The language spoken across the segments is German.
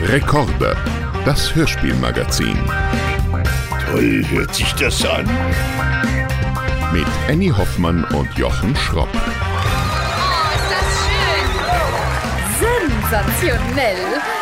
Rekorde, das Hörspielmagazin. Toll hört sich das an. Mit Annie Hoffmann und Jochen Schropp. Oh, ist das schön! Sensationell!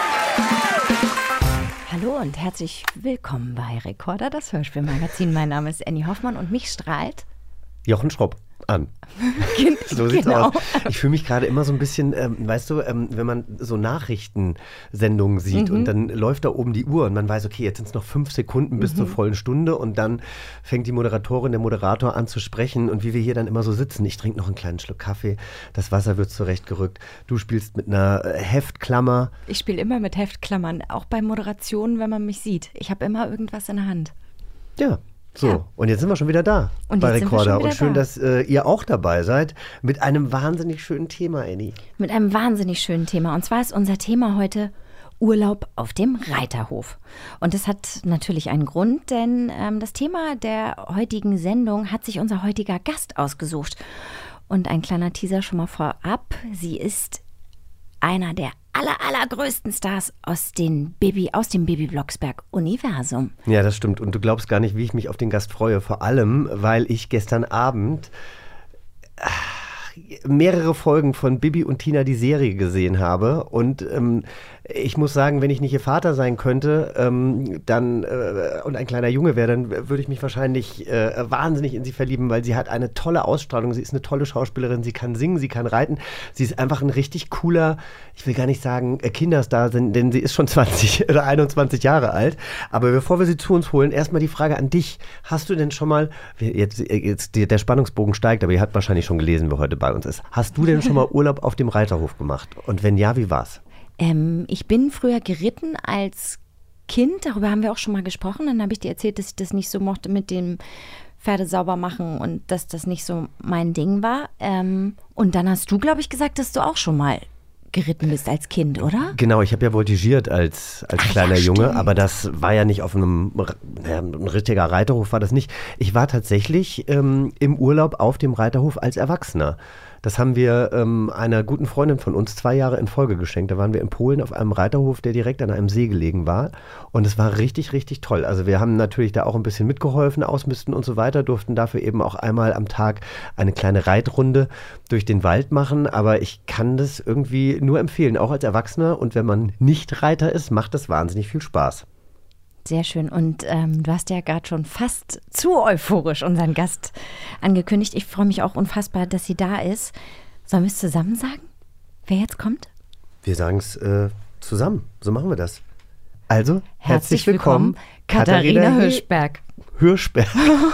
Hallo und herzlich willkommen bei Rekorder, das Hörspielmagazin. Mein Name ist Annie Hoffmann und mich strahlt Jochen Schropp an. So sieht's aus. Ich fühle mich gerade immer so ein bisschen, weißt du, wenn man so Nachrichtensendungen sieht und dann läuft da oben die Uhr und man weiß, okay, jetzt sind es noch 5 Sekunden bis zur vollen Stunde und dann fängt die Moderatorin, der Moderator an zu sprechen und wie wir hier dann immer so sitzen. Ich trinke noch einen kleinen Schluck Kaffee, das Wasser wird zurechtgerückt, du spielst mit einer Heftklammer. Ich spiele immer mit Heftklammern, auch bei Moderationen, wenn man mich sieht. Ich habe immer irgendwas in der Hand. Ja. So, ja. Und jetzt sind wir schon wieder da und bei Rekorder. Und schön, da. dass ihr auch dabei seid mit einem wahnsinnig schönen Thema, Annie. Mit einem wahnsinnig schönen Thema. Und zwar ist unser Thema heute Urlaub auf dem Reiterhof. Und das hat natürlich einen Grund, denn das Thema der heutigen Sendung hat sich unser heutiger Gast ausgesucht. Und ein kleiner Teaser schon mal vorab. Sie ist einer der allergrößten Stars aus dem Bibi Blocksberg-Universum. Ja, das stimmt. Und du glaubst gar nicht, wie ich mich auf den Gast freue. Vor allem, weil ich gestern Abend mehrere Folgen von Bibi und Tina, die Serie, gesehen habe. Und ich muss sagen, wenn ich nicht ihr Vater sein könnte und ein kleiner Junge wäre, dann würde ich mich wahrscheinlich wahnsinnig in sie verlieben, weil sie hat eine tolle Ausstrahlung. Sie ist eine tolle Schauspielerin, sie kann singen, sie kann reiten. Sie ist einfach ein richtig cooler, ich will gar nicht sagen Kinderstar, denn sie ist schon 20 oder 21 Jahre alt. Aber bevor wir sie zu uns holen, erstmal die Frage an dich. Hast du denn schon mal, jetzt der Spannungsbogen steigt, aber ihr habt wahrscheinlich schon gelesen, wer heute bei uns ist. Hast du denn schon mal Urlaub auf dem Reiterhof gemacht? Und wenn ja, wie war's? Ich bin früher geritten als Kind, darüber haben wir auch schon mal gesprochen. Dann habe ich dir erzählt, dass ich das nicht so mochte mit dem Pferde sauber machen und dass das nicht so mein Ding war. Und dann hast du, glaube ich, gesagt, dass du auch schon mal geritten bist als Kind, oder? Genau, ich habe ja voltigiert als kleiner Junge, aber das war ja nicht auf ein richtiger Reiterhof, war das nicht. Ich war tatsächlich im Urlaub auf dem Reiterhof als Erwachsener. Das haben wir einer guten Freundin von uns 2 Jahre in Folge geschenkt. Da waren wir in Polen auf einem Reiterhof, der direkt an einem See gelegen war. Und es war richtig, richtig toll. Also wir haben natürlich da auch ein bisschen mitgeholfen, ausmisten und so weiter, durften dafür eben auch einmal am Tag eine kleine Reitrunde durch den Wald machen. Aber ich kann das irgendwie nur empfehlen, auch als Erwachsener. Und wenn man nicht Reiter ist, macht das wahnsinnig viel Spaß. Sehr schön. Und du hast ja gerade schon fast zu euphorisch unseren Gast angekündigt. Ich freue mich auch unfassbar, dass sie da ist. Sollen wir es zusammen sagen, wer jetzt kommt? Wir sagen es zusammen. So machen wir das. Also, herzlich willkommen, Katharina Hirschberg. Hirschberg.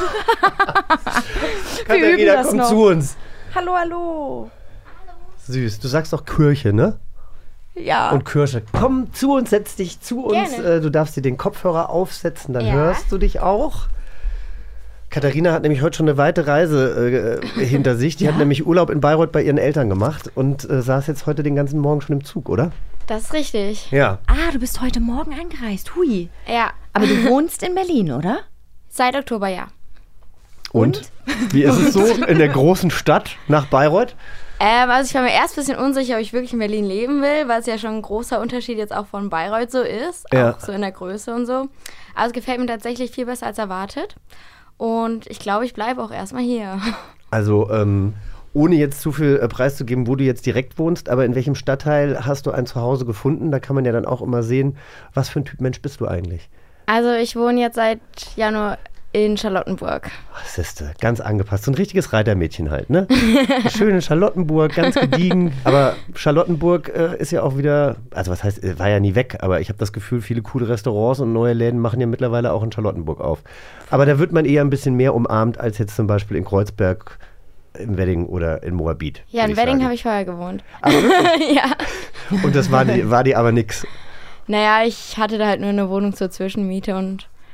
Katharina, komm zu uns. Hallo, hallo. Süß. Du sagst doch Kirche, ne? Ja. Und Kirsche. Komm zu uns, setz dich zu uns. Du darfst dir den Kopfhörer aufsetzen, dann hörst du dich auch. Katharina hat nämlich heute schon eine weite Reise hinter sich. Die hat nämlich Urlaub in Bayreuth bei ihren Eltern gemacht und saß jetzt heute den ganzen Morgen schon im Zug, oder? Das ist richtig. Ja. Ah, du bist heute Morgen angereist. Hui. Ja. Aber du wohnst in Berlin, oder? Seit Oktober, ja. Und? Wie ist es so in der großen Stadt nach Bayreuth? Also ich war mir erst ein bisschen unsicher, ob ich wirklich in Berlin leben will, weil es ja schon ein großer Unterschied jetzt auch von Bayreuth so ist, auch so in der Größe und so. Also es gefällt mir tatsächlich viel besser als erwartet und ich glaube, ich bleibe auch erstmal hier. Also ohne jetzt zu viel preiszugeben, wo du jetzt direkt wohnst, aber in welchem Stadtteil hast du ein Zuhause gefunden? Da kann man ja dann auch immer sehen, was für ein Typ Mensch bist du eigentlich? Also ich wohne jetzt seit Januar in Charlottenburg. Was ist das? Ganz angepasst. So ein richtiges Reitermädchen halt, ne? Schön in Charlottenburg, ganz gediegen. Aber Charlottenburg ist ja auch wieder, also was heißt, war ja nie weg, aber ich habe das Gefühl, viele coole Restaurants und neue Läden machen ja mittlerweile auch in Charlottenburg auf. Aber da wird man eher ein bisschen mehr umarmt, als jetzt zum Beispiel in Kreuzberg, im Wedding oder in Moabit. Ja, in Wedding habe ich vorher gewohnt. Aber wirklich? Ja. Und das war dir aber nix? Naja, ich hatte da halt nur eine Wohnung zur Zwischenmiete und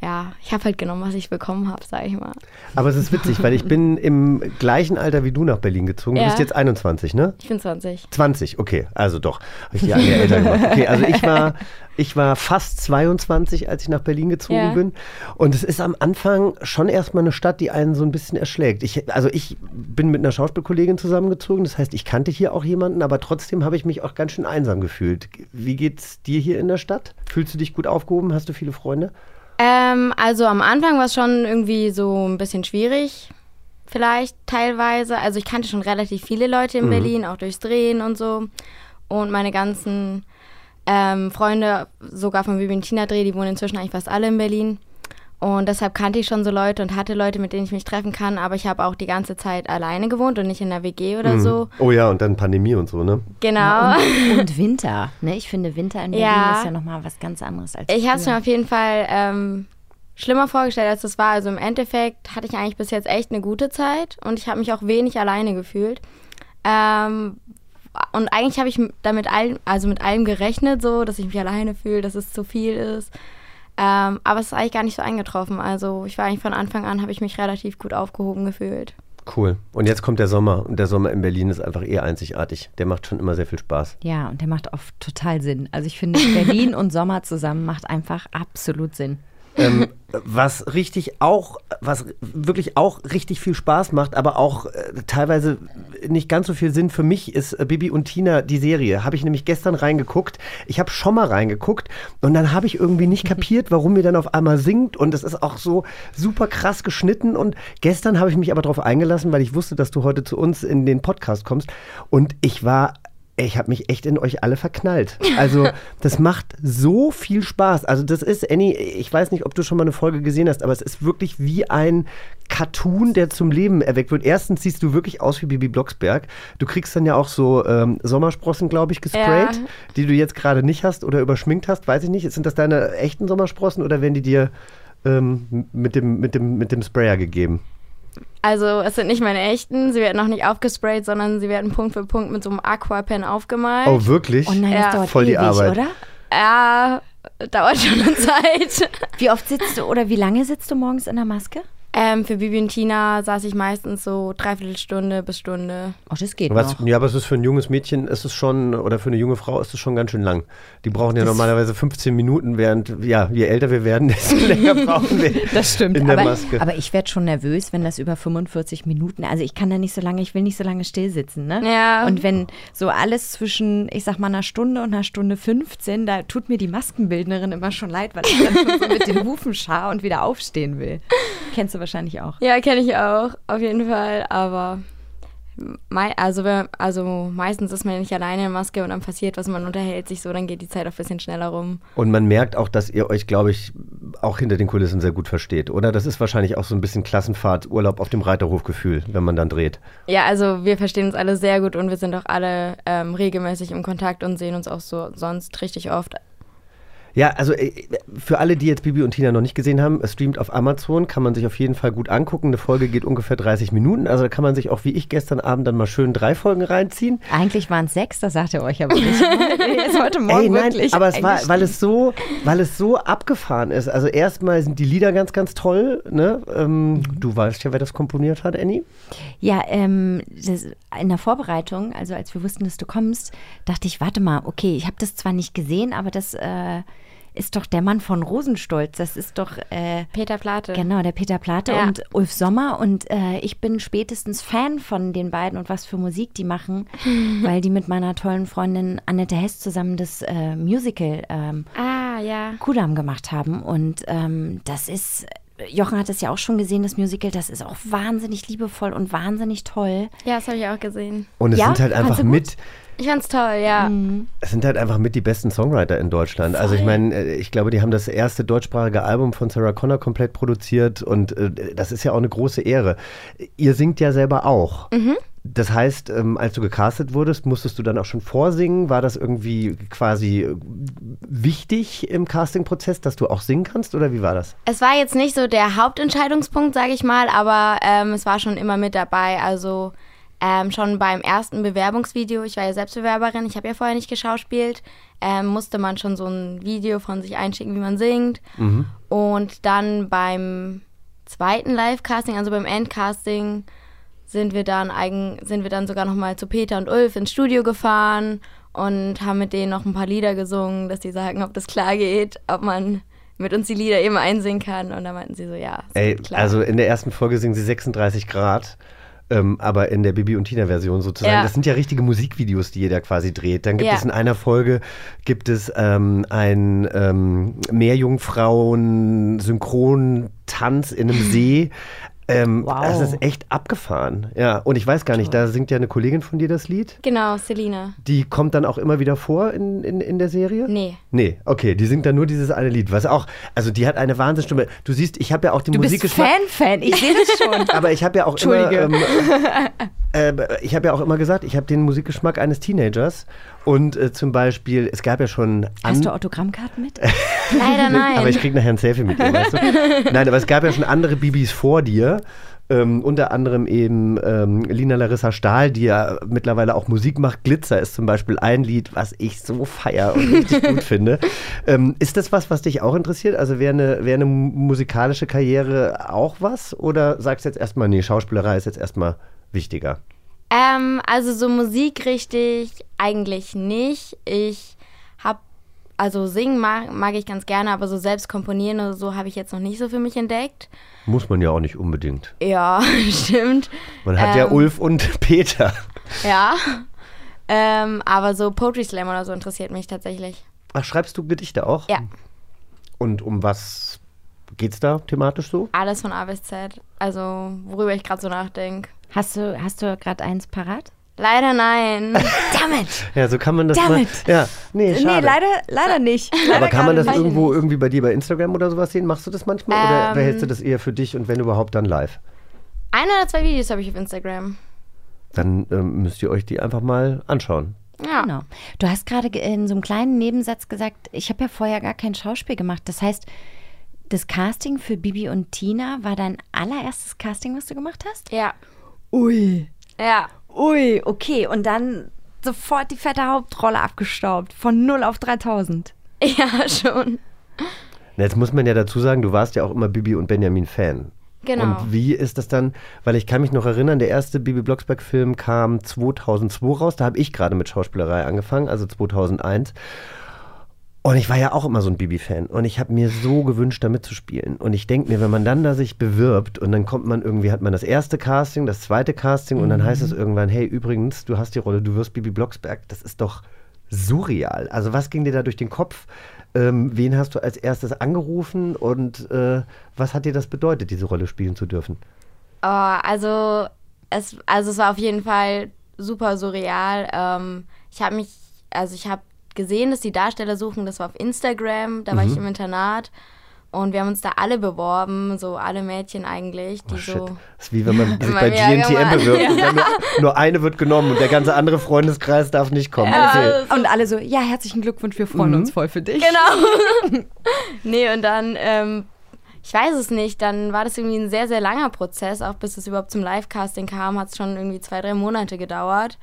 ja, ich habe halt genommen, was ich bekommen habe, sage ich mal. Aber es ist witzig, weil ich bin im gleichen Alter wie du nach Berlin gezogen. Du bist jetzt 21, ne? Ich bin 20. 20, okay, also doch. Habe ich dir ein Jahr älter gemacht. Okay, also ich war fast 22, als ich nach Berlin gezogen bin. Und es ist am Anfang schon erstmal eine Stadt, die einen so ein bisschen erschlägt. Ich bin mit einer Schauspielkollegin zusammengezogen, das heißt, ich kannte hier auch jemanden, aber trotzdem habe ich mich auch ganz schön einsam gefühlt. Wie geht's dir hier in der Stadt? Fühlst du dich gut aufgehoben? Hast du viele Freunde? Also am Anfang war es schon irgendwie so ein bisschen schwierig, vielleicht teilweise. Also ich kannte schon relativ viele Leute in Berlin, auch durchs Drehen und so. Und meine ganzen Freunde, sogar vom Bibi und Tina Dreh, die wohnen inzwischen eigentlich fast alle in Berlin. Und deshalb kannte ich schon so Leute und hatte Leute, mit denen ich mich treffen kann. Aber ich habe auch die ganze Zeit alleine gewohnt und nicht in einer WG oder so. Oh ja, und dann Pandemie und so, ne? Genau. Ja, und Winter, ne? Ich finde, Winter in Berlin ist ja nochmal was ganz anderes als ich habe es mir auf jeden Fall schlimmer vorgestellt, als das war. Also im Endeffekt hatte ich eigentlich bis jetzt echt eine gute Zeit und ich habe mich auch wenig alleine gefühlt. Und eigentlich habe ich mit allem gerechnet, so, dass ich mich alleine fühle, dass es zu viel ist. Aber es ist eigentlich gar nicht so eingetroffen. Also ich war eigentlich von Anfang an, habe ich mich relativ gut aufgehoben gefühlt. Cool. Und jetzt kommt der Sommer. Und der Sommer in Berlin ist einfach einzigartig. Der macht schon immer sehr viel Spaß. Ja, und der macht oft total Sinn. Also ich finde, Berlin und Sommer zusammen macht einfach absolut Sinn. Was wirklich auch richtig viel Spaß macht, aber auch teilweise nicht ganz so viel Sinn für mich, ist Bibi und Tina, die Serie. Habe ich nämlich gestern reingeguckt. Ich habe schon mal reingeguckt und dann habe ich irgendwie nicht kapiert, warum ihr dann auf einmal singt und es ist auch so super krass geschnitten und gestern habe ich mich aber darauf eingelassen, weil ich wusste, dass du heute zu uns in den Podcast kommst und ich habe mich echt in euch alle verknallt. Also das macht so viel Spaß. Also das ist, Annie, ich weiß nicht, ob du schon mal eine Folge gesehen hast, aber es ist wirklich wie ein Cartoon, der zum Leben erweckt wird. Erstens siehst du wirklich aus wie Bibi Blocksberg. Du kriegst dann ja auch so Sommersprossen, glaube ich, gesprayt, die du jetzt gerade nicht hast oder überschminkt hast, weiß ich nicht. Sind das deine echten Sommersprossen oder werden die dir mit dem Sprayer gegeben? Also es sind nicht meine echten, sie werden noch nicht aufgesprayt, sondern sie werden Punkt für Punkt mit so einem Aquapen aufgemalt. Oh, wirklich? Oh nein, das dauert voll die ewig, Arbeit, oder? Ja, dauert schon eine Zeit. Wie oft sitzt du oder wie lange sitzt du morgens in der Maske? Für Bibi und Tina saß ich meistens so 3/4 Stunde bis Stunde. Oh, das geht noch. Ja, aber es ist für ein junges Mädchen, oder für eine junge Frau ist es schon ganz schön lang. Die brauchen ja normalerweise 15 Minuten, während, je älter wir werden, desto länger brauchen wir das stimmt. in der Maske. Aber ich werde schon nervös, wenn das über 45 Minuten, also ich will nicht so lange still sitzen, ne? Ja. Und wenn so alles zwischen, ich sag mal, einer Stunde und einer Stunde 15, da tut mir die Maskenbildnerin immer schon leid, weil ich dann schon so mit den Hufen scharre und wieder aufstehen will. Kennst du wahrscheinlich auch. Ja, kenne ich auch, auf jeden Fall, aber meistens ist man ja nicht alleine in Maske und dann passiert was, man unterhält sich so, dann geht die Zeit auch ein bisschen schneller rum. Und man merkt auch, dass ihr euch, glaube ich, auch hinter den Kulissen sehr gut versteht, oder? Das ist wahrscheinlich auch so ein bisschen Klassenfahrt, Urlaub auf dem Reiterhofgefühl, wenn man dann dreht. Ja, also wir verstehen uns alle sehr gut und wir sind auch alle regelmäßig im Kontakt und sehen uns auch so sonst richtig oft. Ja, also für alle, die jetzt Bibi und Tina noch nicht gesehen haben, es streamt auf Amazon, kann man sich auf jeden Fall gut angucken. Eine Folge geht ungefähr 30 Minuten, also da kann man sich auch wie ich gestern Abend dann mal schön 3 Folgen reinziehen. Eigentlich waren es 6, das sagt ihr euch aber nicht. Jetzt heute Morgen wirklich. Aber es war, weil es so abgefahren ist. Also erstmal sind die Lieder ganz, ganz toll. Ne? Du weißt ja, wer das komponiert hat, Annie? Ja, in der Vorbereitung, also als wir wussten, dass du kommst, dachte ich, warte mal, okay, ich habe das zwar nicht gesehen, aber das ist doch der Mann von Rosenstolz. Das ist doch Peter Plate. Genau, der Peter Plate und Ulf Sommer. Und ich bin spätestens Fan von den beiden und was für Musik die machen, weil die mit meiner tollen Freundin Annette Hess zusammen das Musical Kudamm gemacht haben. Und das ist, Jochen hat es ja auch schon gesehen, das Musical, das ist auch wahnsinnig liebevoll und wahnsinnig toll. Ja, das habe ich auch gesehen. Und es sind halt einfach Ich fand's toll, ja. Es sind halt einfach mit die besten Songwriter in Deutschland. Voll. Also ich meine, ich glaube, die haben das erste deutschsprachige Album von Sarah Connor komplett produziert und das ist ja auch eine große Ehre. Ihr singt ja selber auch. Mhm. Das heißt, als du gecastet wurdest, musstest du dann auch schon vorsingen? War das irgendwie quasi wichtig im Castingprozess, dass du auch singen kannst oder wie war das? Es war jetzt nicht so der Hauptentscheidungspunkt, sage ich mal, aber es war schon immer mit dabei. Also schon beim ersten Bewerbungsvideo, ich war ja Selbstbewerberin, ich habe ja vorher nicht geschauspielt, musste man schon so ein Video von sich einschicken, wie man singt. Und dann beim zweiten Live-Casting, also beim Endcasting, sind wir dann sogar nochmal zu Peter und Ulf ins Studio gefahren und haben mit denen noch ein paar Lieder gesungen, dass die sagen, ob das klar geht, ob man mit uns die Lieder eben einsingen kann. Und da meinten sie so, ja, geht klar. Also in der ersten Folge singen sie 36 Grad. Aber in der Bibi und Tina-Version sozusagen. Das sind ja richtige Musikvideos, die jeder quasi dreht. Dann gibt es in einer Folge ein Meerjungfrauen-Synchron-Tanz in einem See. Wow. Das ist echt abgefahren. Ja, und ich weiß gar nicht, da singt ja eine Kollegin von dir das Lied. Genau, Selina. Die kommt dann auch immer wieder vor in der Serie? Nee, okay, die singt dann nur dieses eine Lied. Was auch, also die hat eine Wahnsinnsstimme. Du siehst, ich habe ja auch den Musikgeschmack. Du bist Fan, ich sehe das schon. Aber ich habe ja auch ich habe ja auch immer gesagt, ich habe den Musikgeschmack eines Teenagers. Und zum Beispiel, es gab ja schon... Hast du Autogrammkarten mit? Leider nein. Aber ich kriege nachher ein Selfie mit dir, weißt du? Nein, aber es gab ja schon andere Bibis vor dir. Unter anderem eben Lina Larissa Stahl, die ja mittlerweile auch Musik macht. Glitzer ist zum Beispiel ein Lied, was ich so feiere und richtig gut finde. Ist das was dich auch interessiert? Also wäre eine musikalische Karriere auch was? Oder sagst du jetzt erstmal, nee, Schauspielerei ist jetzt erstmal wichtiger? Also so Musik richtig eigentlich nicht. Also singen mag ich ganz gerne, aber so selbst komponieren oder so habe ich jetzt noch nicht so für mich entdeckt. Muss man ja auch nicht unbedingt. Ja, stimmt. Man hat ja Ulf und Peter. Ja, aber so Poetry Slam oder so interessiert mich tatsächlich. Ach, schreibst du Gedichte auch? Ja. Und um was geht's da thematisch so? Alles von A bis Z, also worüber ich gerade so nachdenke. Hast du gerade eins parat? Leider nein. Damit. Ja, so kann man das mal. Ja, nee, schade. Nee, leider nicht. Aber kann man das irgendwie bei dir bei Instagram oder sowas sehen? Machst du das manchmal oder behältst du das eher für dich und wenn überhaupt dann live? 1 oder 2 Videos habe ich auf Instagram. Dann müsst ihr euch die einfach mal anschauen. Ja. Genau. Du hast gerade in so einem kleinen Nebensatz gesagt, ich habe ja vorher gar kein Schauspiel gemacht. Das heißt, das Casting für Bibi und Tina war dein allererstes Casting, was du gemacht hast? Ja. Ui. Ja. Ui, okay. Und dann sofort die fette Hauptrolle abgestaubt. Von 0 auf 3000. Ja, schon. Jetzt muss man ja dazu sagen, du warst ja auch immer Bibi und Benjamin Fan. Genau. Und wie ist das dann, weil ich kann mich noch erinnern, der erste Bibi Blocksberg-Film kam 2002 raus, da habe ich gerade mit Schauspielerei angefangen, also 2001. Und ich war ja auch immer so ein Bibi-Fan und ich habe mir so gewünscht, da mitzuspielen. Und ich denke mir, wenn man dann da sich bewirbt und dann kommt man irgendwie, hat man das erste Casting, das zweite Casting und dann heißt es irgendwann, hey, übrigens, du hast die Rolle, du wirst Bibi Blocksberg, das ist doch surreal. Also was ging dir da durch den Kopf? Wen hast du als erstes angerufen und was hat dir das bedeutet, diese Rolle spielen zu dürfen? Also es war auf jeden Fall super surreal. Ich habe gesehen, dass die Darsteller suchen, das war auf Instagram, da war ich im Internat und wir haben uns da alle beworben, so alle Mädchen eigentlich, die so... Das ist wie wenn man sich bei GNTM bewirbt und dann nur eine wird genommen und der ganze andere Freundeskreis darf nicht kommen. Ja, und alle so, ja, herzlichen Glückwunsch, wir freuen uns voll für dich. Genau. Nee, und dann, ich weiß es nicht, dann war das irgendwie ein sehr, sehr langer Prozess, auch bis es überhaupt zum Live-Casting kam, hat es schon irgendwie 2-3 Monate gedauert.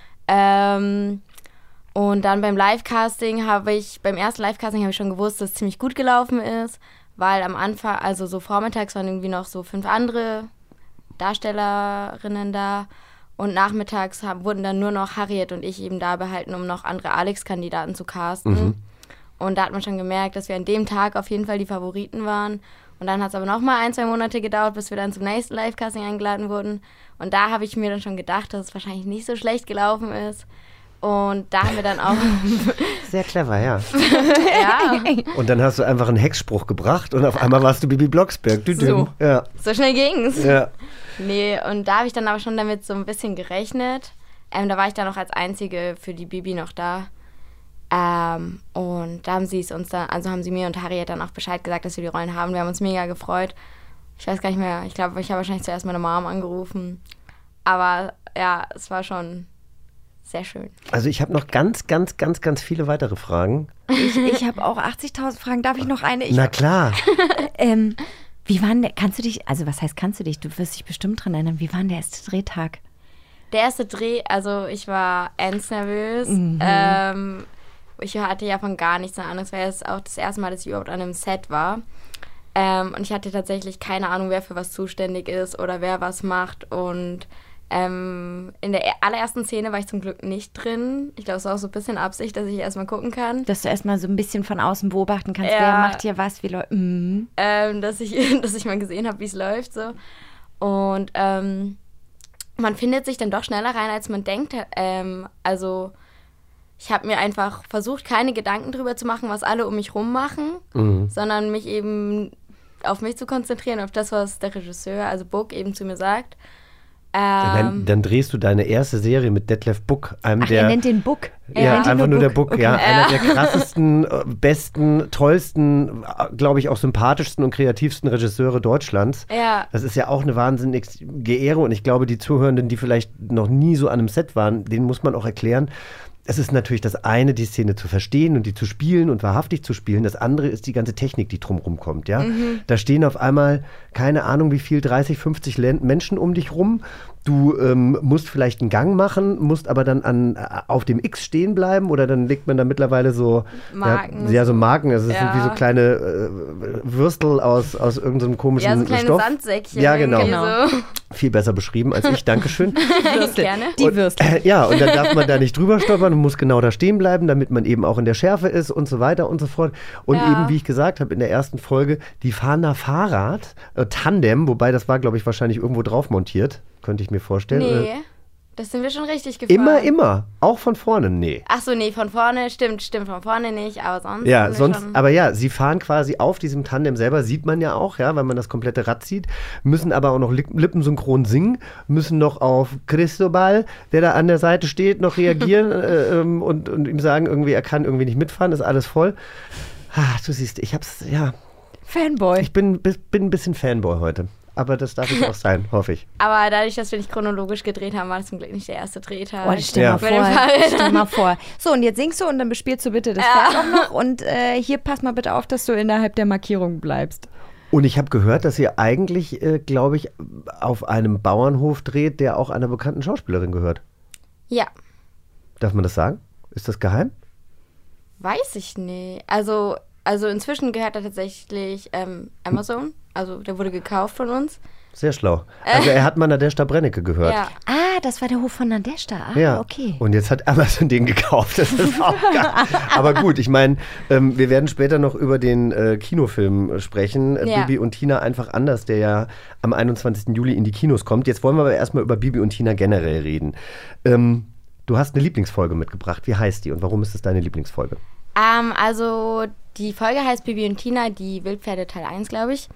Und dann beim ersten Live-Casting habe ich schon gewusst, dass es ziemlich gut gelaufen ist, weil am Anfang, also so vormittags waren irgendwie noch so 5 andere Darstellerinnen da und nachmittags wurden dann nur noch Harriet und ich eben da behalten, um noch andere Alex-Kandidaten zu casten. Und da hat man schon gemerkt, dass wir an dem Tag auf jeden Fall die Favoriten waren. Und dann hat es aber nochmal 1-2 Monate gedauert, bis wir dann zum nächsten Live-Casting eingeladen wurden. Und da habe ich mir dann schon gedacht, dass es wahrscheinlich nicht so schlecht gelaufen ist. Und da haben wir dann auch... Sehr clever, ja. Ja. Und dann hast du einfach einen Hexspruch gebracht und auf einmal warst du Bibi Blocksberg. So. Ja. So schnell ging's. Ja. Nee, und da habe ich dann aber schon damit so ein bisschen gerechnet. Da war ich dann noch als Einzige für die Bibi noch da. Und da haben sie es uns dann, also haben sie mir und Harriet dann auch Bescheid gesagt, dass wir die Rollen haben. Wir haben uns mega gefreut. Ich weiß gar nicht mehr, ich glaube, ich habe wahrscheinlich zuerst meine Mom angerufen. Aber ja, es war schon... sehr schön. Also ich habe noch ganz viele weitere Fragen. Ich habe auch 80.000 Fragen. Darf ich noch eine? Na klar. Wie war denn, kannst du dich, also was heißt kannst du dich, du wirst dich bestimmt dran erinnern, wie war denn der erste Drehtag? Der erste Dreh, also ich war ernst nervös. Ich hatte ja von gar nichts eine Ahnung. Es war jetzt auch das erste Mal, dass ich überhaupt an einem Set war. Und ich hatte tatsächlich keine Ahnung, wer für was zuständig ist oder wer was macht. Und in der allerersten Szene war ich zum Glück nicht drin. Ich glaube, es war auch so ein bisschen Absicht, dass ich erstmal gucken kann. Dass du erstmal so ein bisschen von außen beobachten kannst, wer macht hier was, wie läuft. Dass ich mal gesehen habe, wie es läuft. So. Und man findet sich dann doch schneller rein, als man denkt. Also ich habe mir einfach versucht, keine Gedanken drüber zu machen, was alle um mich rum machen, sondern mich eben auf mich zu konzentrieren, auf das, was der Regisseur, also Buck, eben zu mir sagt. Dann drehst du deine erste Serie mit Detlef Buck, er nennt den Buck. Ja, einfach nur der Buck, okay. Einer der krassesten, besten, tollsten, glaube ich auch sympathischsten und kreativsten Regisseure Deutschlands. Ja. Das ist ja auch eine wahnsinnige Ehre und ich glaube, die Zuhörenden, die vielleicht noch nie so an einem Set waren, denen muss man auch erklären, es ist natürlich das eine, die Szene zu verstehen und die zu spielen und wahrhaftig zu spielen. Das andere ist die ganze Technik, die drumherum kommt. Ja? Da stehen auf einmal, keine Ahnung wie viel, 30, 50 Menschen um dich rum. Du musst vielleicht einen Gang machen, musst aber dann auf dem X stehen bleiben oder dann legt man da mittlerweile so Marken. Ja, so Marken. Also es sind wie so kleine Würstel aus irgendeinem komischen Stoff. Ja, so kleine Sandsäckchen. Ja, genau. So. Viel besser beschrieben als ich, Dankeschön. Gerne. Die Würstel. Und dann darf man da nicht drüber stolpern und muss genau da stehen bleiben, damit man eben auch in der Schärfe ist und so weiter und so fort. Und eben, wie ich gesagt habe in der ersten Folge, die fahren da Fahrrad, Tandem, wobei das war, glaube ich, wahrscheinlich irgendwo drauf montiert. Könnte ich mir vorstellen. Nee, das sind wir schon richtig gefahren. Immer. Auch von vorne, nee. Ach so, nee, von vorne, stimmt, von vorne nicht, aber sonst. Ja, aber ja, sie fahren quasi auf diesem Tandem selber, sieht man ja auch, ja, weil man das komplette Rad sieht, müssen aber auch noch lippensynchron singen, müssen noch auf Cristobal, der da an der Seite steht, noch reagieren und ihm sagen, irgendwie, er kann irgendwie nicht mitfahren, ist alles voll. Du siehst, Fanboy. Ich bin ein bisschen Fanboy heute. Aber das darf ich auch sein, hoffe ich. Aber dadurch, dass wir nicht chronologisch gedreht haben, war das zum Glück nicht der erste Drehtag. Stell mal vor. So, und jetzt singst du und dann bespielst du bitte das Pferd auch noch. Und hier pass mal bitte auf, dass du innerhalb der Markierung bleibst. Und ich habe gehört, dass ihr eigentlich, glaube ich, auf einem Bauernhof dreht, der auch einer bekannten Schauspielerin gehört. Ja. Darf man das sagen? Ist das geheim? Weiß ich nicht. Also inzwischen gehört er tatsächlich Amazon. Also der wurde gekauft von uns. Sehr schlau. Also er hat mal Nadezhda Brennecke gehört. Ja. Das war der Hof von Nadezhda. Ja. Okay. Und jetzt hat Amazon den gekauft. Das ist auch geil. Aber gut, ich meine, wir werden später noch über den Kinofilm sprechen. Ja. Bibi und Tina einfach anders, der ja am 21. Juli in die Kinos kommt. Jetzt wollen wir aber erstmal über Bibi und Tina generell reden. Du hast eine Lieblingsfolge mitgebracht. Wie heißt die und warum ist es deine Lieblingsfolge? Also die Folge heißt Bibi und Tina, die Wildpferde Teil 1, glaube ich.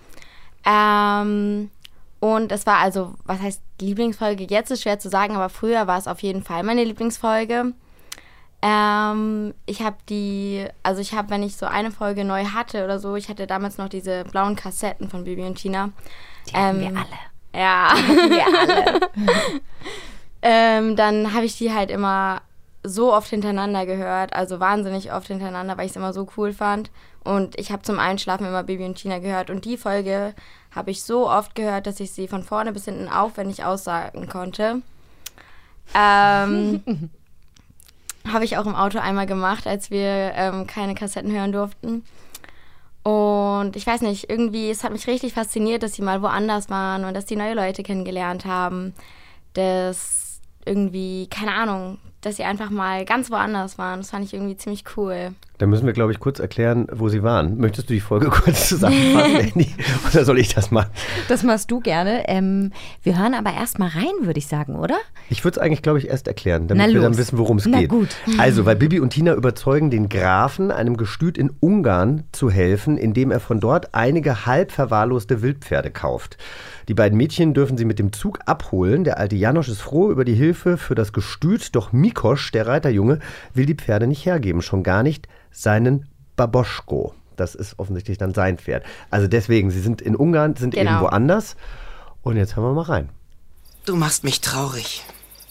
Und es war also, was heißt Lieblingsfolge? Jetzt ist schwer zu sagen, aber früher war es auf jeden Fall meine Lieblingsfolge. Ich habe, wenn ich so eine Folge neu hatte oder so, ich hatte damals noch diese blauen Kassetten von Bibi und Tina. Die hatten wir alle. Ja. Wir alle. Dann habe ich die halt immer so oft hintereinander gehört, also wahnsinnig oft hintereinander, weil ich es immer so cool fand. Und ich habe zum Einschlafen immer Bibi und Tina gehört. Und die Folge habe ich so oft gehört, dass ich sie von vorne bis hinten aufwendig aussagen konnte. Habe ich auch im Auto einmal gemacht, als wir keine Kassetten hören durften. Und ich weiß nicht, irgendwie, es hat mich richtig fasziniert, dass sie mal woanders waren und dass die neue Leute kennengelernt haben. Dass irgendwie, keine Ahnung, dass sie einfach mal ganz woanders waren. Das fand ich irgendwie ziemlich cool. Da müssen wir, glaube ich, kurz erklären, wo sie waren. Möchtest du die Folge kurz zusammenfassen, Andy? Oder soll ich das machen? Das machst du gerne. Wir hören aber erst mal rein, würde ich sagen, oder? Ich würde es eigentlich, glaube ich, erst erklären, damit wir dann wissen, worum es geht. Gut. Also, weil Bibi und Tina überzeugen den Grafen, einem Gestüt in Ungarn zu helfen, indem er von dort einige halb verwahrloste Wildpferde kauft. Die beiden Mädchen dürfen sie mit dem Zug abholen. Der alte Janosch ist froh über die Hilfe für das Gestüt, doch Mikosch, der Reiterjunge, will die Pferde nicht hergeben, schon gar nicht seinen Baboschko. Das ist offensichtlich dann sein Pferd. Also deswegen, sie sind in Ungarn, sind eben woanders. Und jetzt hören wir mal rein. Du machst mich traurig.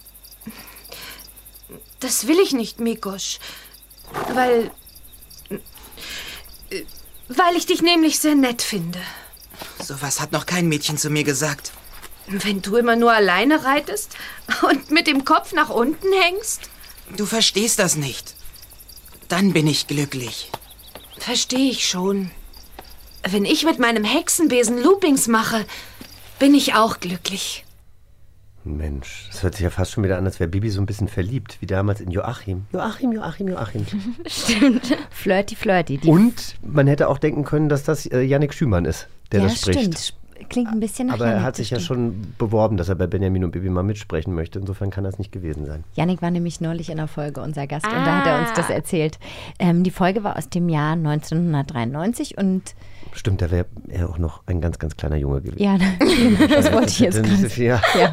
Das will ich nicht, Mikosch. Weil ich dich nämlich sehr nett finde. Sowas hat noch kein Mädchen zu mir gesagt. Wenn du immer nur alleine reitest und mit dem Kopf nach unten hängst? Du verstehst das nicht. dann bin ich glücklich. Verstehe ich schon. Wenn ich mit meinem Hexenbesen Loopings mache, bin ich auch glücklich. Mensch, das hört sich ja fast schon wieder an, als wäre Bibi so ein bisschen verliebt, wie damals in Joachim. Joachim. Stimmt. Flirty. Und man hätte auch denken können, dass das Yannick Schümann ist, der das spricht. Stimmt. Klingt ein bisschen nach Aber Yannick, er hat sich ja schon beworben, dass er bei Benjamin und Bibi mal mitsprechen möchte. Insofern kann das nicht gewesen sein. Yannick war nämlich neulich in der Folge unser Gast und da hat er uns das erzählt. Die Folge war aus dem Jahr 1993 und... Stimmt, da wäre er auch noch ein ganz, ganz kleiner Junge gewesen. Ja, das wollte ich jetzt gerade. Ja.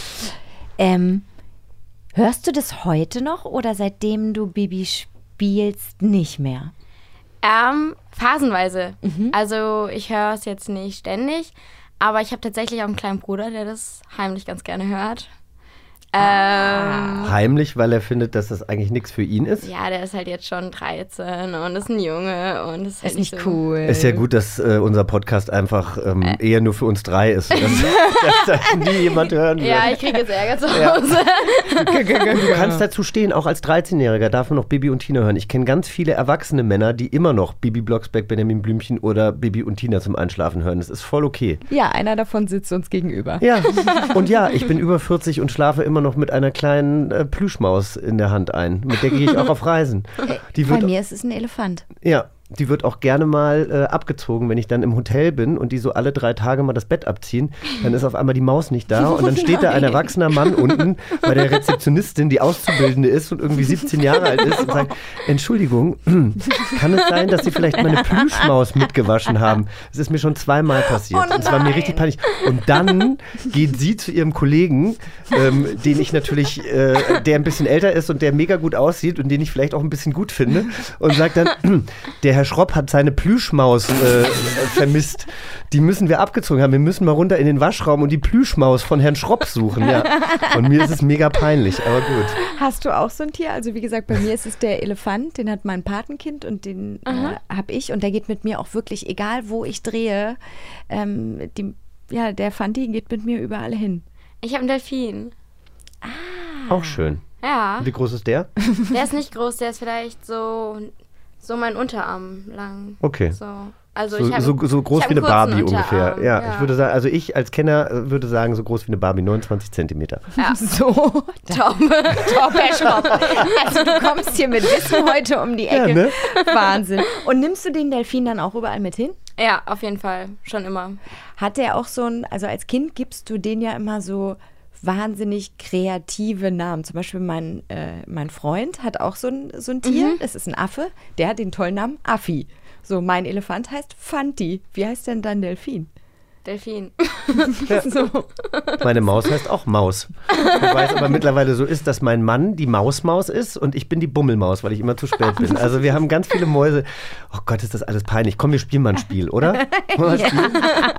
Hörst du das heute noch oder seitdem du Bibi spielst nicht mehr? Phasenweise. Also ich höre es jetzt nicht ständig, aber ich habe tatsächlich auch einen kleinen Bruder, der das heimlich ganz gerne hört. Heimlich, weil er findet, dass das eigentlich nichts für ihn ist? Ja, der ist halt jetzt schon 13 und ist ein Junge und ist halt Ist nicht so cool. Ist ja gut, dass unser Podcast einfach eher nur für uns drei ist. Dass das nie jemand hören wird. Ja, ich kriege jetzt Ärger zu Hause. Du kannst dazu stehen, auch als 13-Jähriger darf man noch Bibi und Tina hören. Ich kenne ganz viele erwachsene Männer, die immer noch Bibi Blocksberg, Benjamin Blümchen oder Bibi und Tina zum Einschlafen hören. Das ist voll okay. Ja, einer davon sitzt uns gegenüber. Ja, und ja, ich bin über 40 und schlafe immer noch mit einer kleinen Plüschmaus in der Hand ein. Mit der gehe ich auch auf Reisen. Bei mir ist es ein Elefant. Ja, die wird auch gerne mal abgezogen, wenn ich dann im Hotel bin und die so alle 3 Tage mal das Bett abziehen. Dann ist auf einmal die Maus nicht da und dann steht da ein erwachsener Mann unten bei der Rezeptionistin, die Auszubildende ist und irgendwie 17 Jahre alt ist und sagt, Entschuldigung, kann es sein, dass Sie vielleicht meine Plüschmaus mitgewaschen haben? Das ist mir schon 2-mal passiert. Und es war mir richtig peinlich. Und dann geht sie zu ihrem Kollegen, den ich natürlich, der ein bisschen älter ist und der mega gut aussieht und den ich vielleicht auch ein bisschen gut finde und sagt dann, der Herr Schropp hat seine Plüschmaus vermisst. Die müssen wir abgezogen haben. Wir müssen mal runter in den Waschraum und die Plüschmaus von Herrn Schropp suchen. Ja. Und mir ist es mega peinlich, aber gut. Hast du auch so ein Tier? Also wie gesagt, bei mir ist es der Elefant, den hat mein Patenkind und den habe ich. Und der geht mit mir auch wirklich, egal wo ich drehe, der Fanti geht mit mir überall hin. Ich habe einen Delfin. Auch schön. Ja. Wie groß ist der? Der ist nicht groß, der ist vielleicht so mein Unterarm lang. Okay. Also so groß wie eine Barbie ungefähr. Ja, ich würde sagen, also ich als Kenner würde sagen, so groß wie eine Barbie, 29 Zentimeter. Ja. So, top, Herr Schropp. Also du kommst hier mit Wissen heute um die Ecke. Ja, ne? Wahnsinn. Und nimmst du den Delfin dann auch überall mit hin? Ja, auf jeden Fall. Schon immer. Hat der auch also als Kind gibst du den ja immer so wahnsinnig kreative Namen. Zum Beispiel mein Freund hat auch so ein Tier, das ist ein Affe, der hat den tollen Namen Affi. So, mein Elefant heißt Fanti. Wie heißt denn dein Delfin? Delfin. Ja. So. Meine Maus heißt auch Maus. Wobei es aber mittlerweile so ist, dass mein Mann die Maus ist und ich bin die Bummelmaus, weil ich immer zu spät bin. Also wir haben ganz viele Mäuse. Oh Gott, ist das alles peinlich. Komm, wir spielen mal ein Spiel, oder? Wollen wir spielen?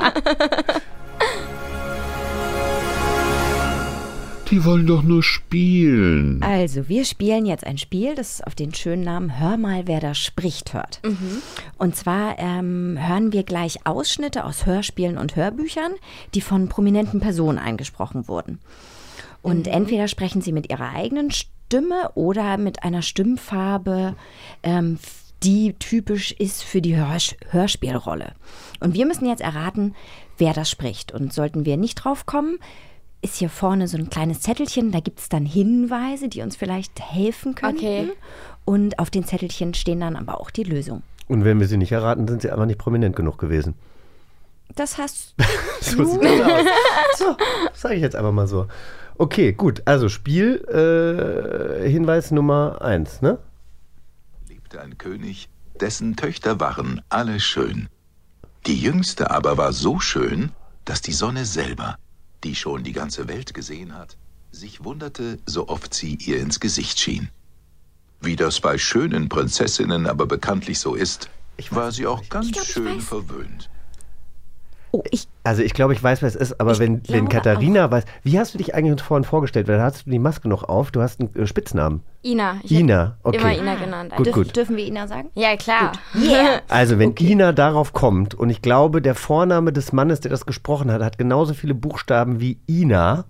Die wollen doch nur spielen. Also, wir spielen jetzt ein Spiel, das auf den schönen Namen Hör mal, wer da spricht hört. Und zwar hören wir gleich Ausschnitte aus Hörspielen und Hörbüchern, die von prominenten Personen eingesprochen wurden. Und entweder sprechen sie mit ihrer eigenen Stimme oder mit einer Stimmfarbe, die typisch ist für die Hörspielrolle. Und wir müssen jetzt erraten, wer das spricht. Und sollten wir nicht drauf kommen, ist hier vorne so ein kleines Zettelchen, da gibt es dann Hinweise, die uns vielleicht helfen könnten. Okay. Und auf den Zettelchen stehen dann aber auch die Lösung. Und wenn wir sie nicht erraten, sind sie einfach nicht prominent genug gewesen. Das hast so sieht das aus. So, sage ich jetzt einfach mal so. Okay, gut. Also Spiel, Hinweis Nummer 1, ne? Lebte ein König, dessen Töchter waren alle schön. Die jüngste aber war so schön, dass die Sonne selber, die schon die ganze Welt gesehen hat, sich wunderte, so oft sie ihr ins Gesicht schien. Wie das bei schönen Prinzessinnen aber bekanntlich so ist, war sie auch ganz schön verwöhnt. Ich glaube, ich weiß, wer es ist, aber wenn Katharina weiß, wie hast du dich eigentlich vorhin vorgestellt? Weil da hast du die Maske noch auf, du hast einen Spitznamen. Ina. Ina, okay. Immer Ina genannt. Gut. Dürfen wir Ina sagen? Ja, klar. Yeah. Also wenn Ina darauf kommt und ich glaube, der Vorname des Mannes, der das gesprochen hat, hat genauso viele Buchstaben wie Ina.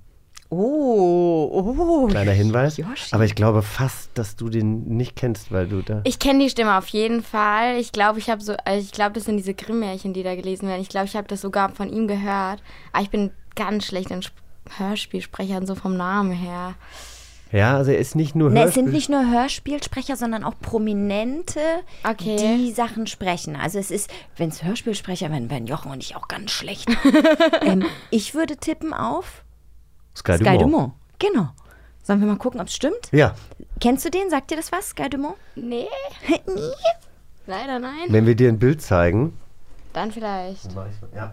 Oh. Kleiner Hinweis. Yoshi. Aber ich glaube fast, dass du den nicht kennst, weil du da... Ich kenne die Stimme auf jeden Fall. Ich glaube, das sind diese Grimm-Märchen, die da gelesen werden. Ich glaube, ich habe das sogar von ihm gehört. Aber ich bin ganz schlecht in Hörspielsprechern, so vom Namen her. Ja, also er ist nicht nur Es sind nicht nur Hörspielsprecher, sondern auch Prominente, Okay. die Sachen sprechen. Also es ist, wenn es Hörspielsprecher wären Jochen und ich auch ganz schlecht. Ich würde tippen auf Sky Sky Dumont. Dumont. Genau. Sollen wir mal gucken, ob es stimmt? Ja, Kennst du den? Sagt dir das was, Sky Dumont? Nee, leider nein. wenn wir dir ein Bild zeigen... Dann vielleicht. Ja.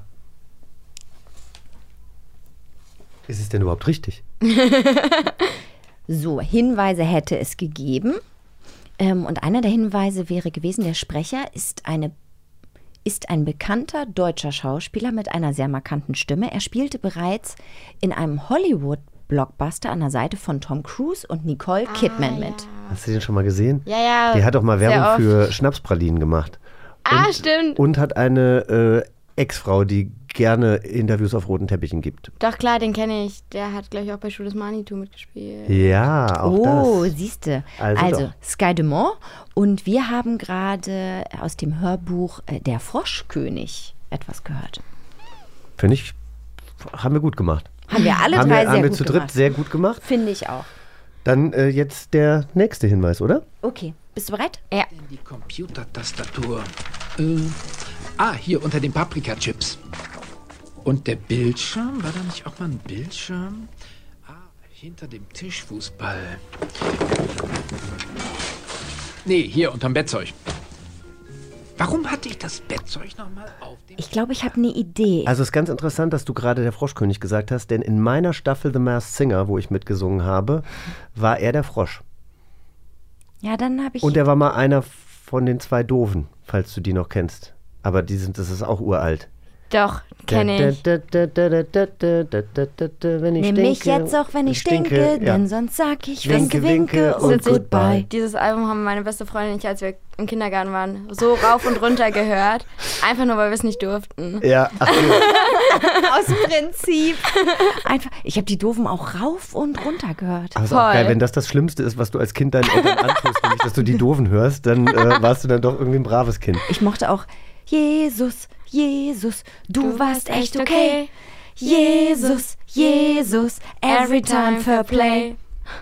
Ist es denn überhaupt richtig? So, Hinweise hätte es gegeben. Und einer der Hinweise wäre gewesen, der Sprecher ist ein bekannter deutscher Schauspieler mit einer sehr markanten Stimme. Er spielte bereits in einem Hollywood-Blockbuster an der Seite von Tom Cruise und Nicole Kidman mit. Hast du den schon mal gesehen? Ja. Der hat doch mal sehr Werbung oft. für Schnapspralinen gemacht. Stimmt. Und hat eine Ex-Frau, die gerne Interviews auf roten Teppichen gibt. Doch, klar, den kenne ich. Der hat, glaube ich, auch bei Schuh des Manitou mitgespielt. Ja, auch das. Siehste. Also Also doch. Sky Dumont. Und wir haben gerade aus dem Hörbuch Der Froschkönig etwas gehört. Finde ich, haben wir gut gemacht. Haben wir alle haben drei wir, sehr haben wir gut zu dritt gemacht. sehr gut gemacht. Finde ich auch. Dann jetzt der nächste Hinweis, oder? Okay, bist du bereit? Ja. Die Computertastatur. Hier unter den Paprika-Chips. Und der Bildschirm? War da nicht auch mal ein Bildschirm? Hinter dem Tischfußball. Nee, hier unterm Bettzeug. Warum hatte ich das Bettzeug nochmal auf dem... Ich glaube, ich habe eine Idee. Also es ist ganz interessant, dass du gerade der Froschkönig gesagt hast, denn in meiner Staffel The Masked Singer, wo ich mitgesungen habe, war er der Frosch. Ja, dann habe ich... Und er war mal einer von den zwei Doofen, falls du die noch kennst. Aber das ist auch uralt. Doch, kenne ich. Nimm mich jetzt auch, wenn ich stinke, denn sonst sag ich winke und goodbye. Dieses Album haben meine beste Freundin und ich, als wir im Kindergarten waren, so rauf und runter gehört. Einfach nur, weil wir es nicht durften. Ja, ach, Aus Prinzip. Einfach, ich habe die Doofen auch rauf und runter gehört. aber ist auch geil, wenn das Schlimmste ist, was du als Kind deinen Eltern antust, nämlich, dass du die Doofen hörst, dann warst du dann doch irgendwie ein braves Kind. Ich mochte auch Jesus, Jesus, du warst echt okay. Jesus, Jesus, every time fair play.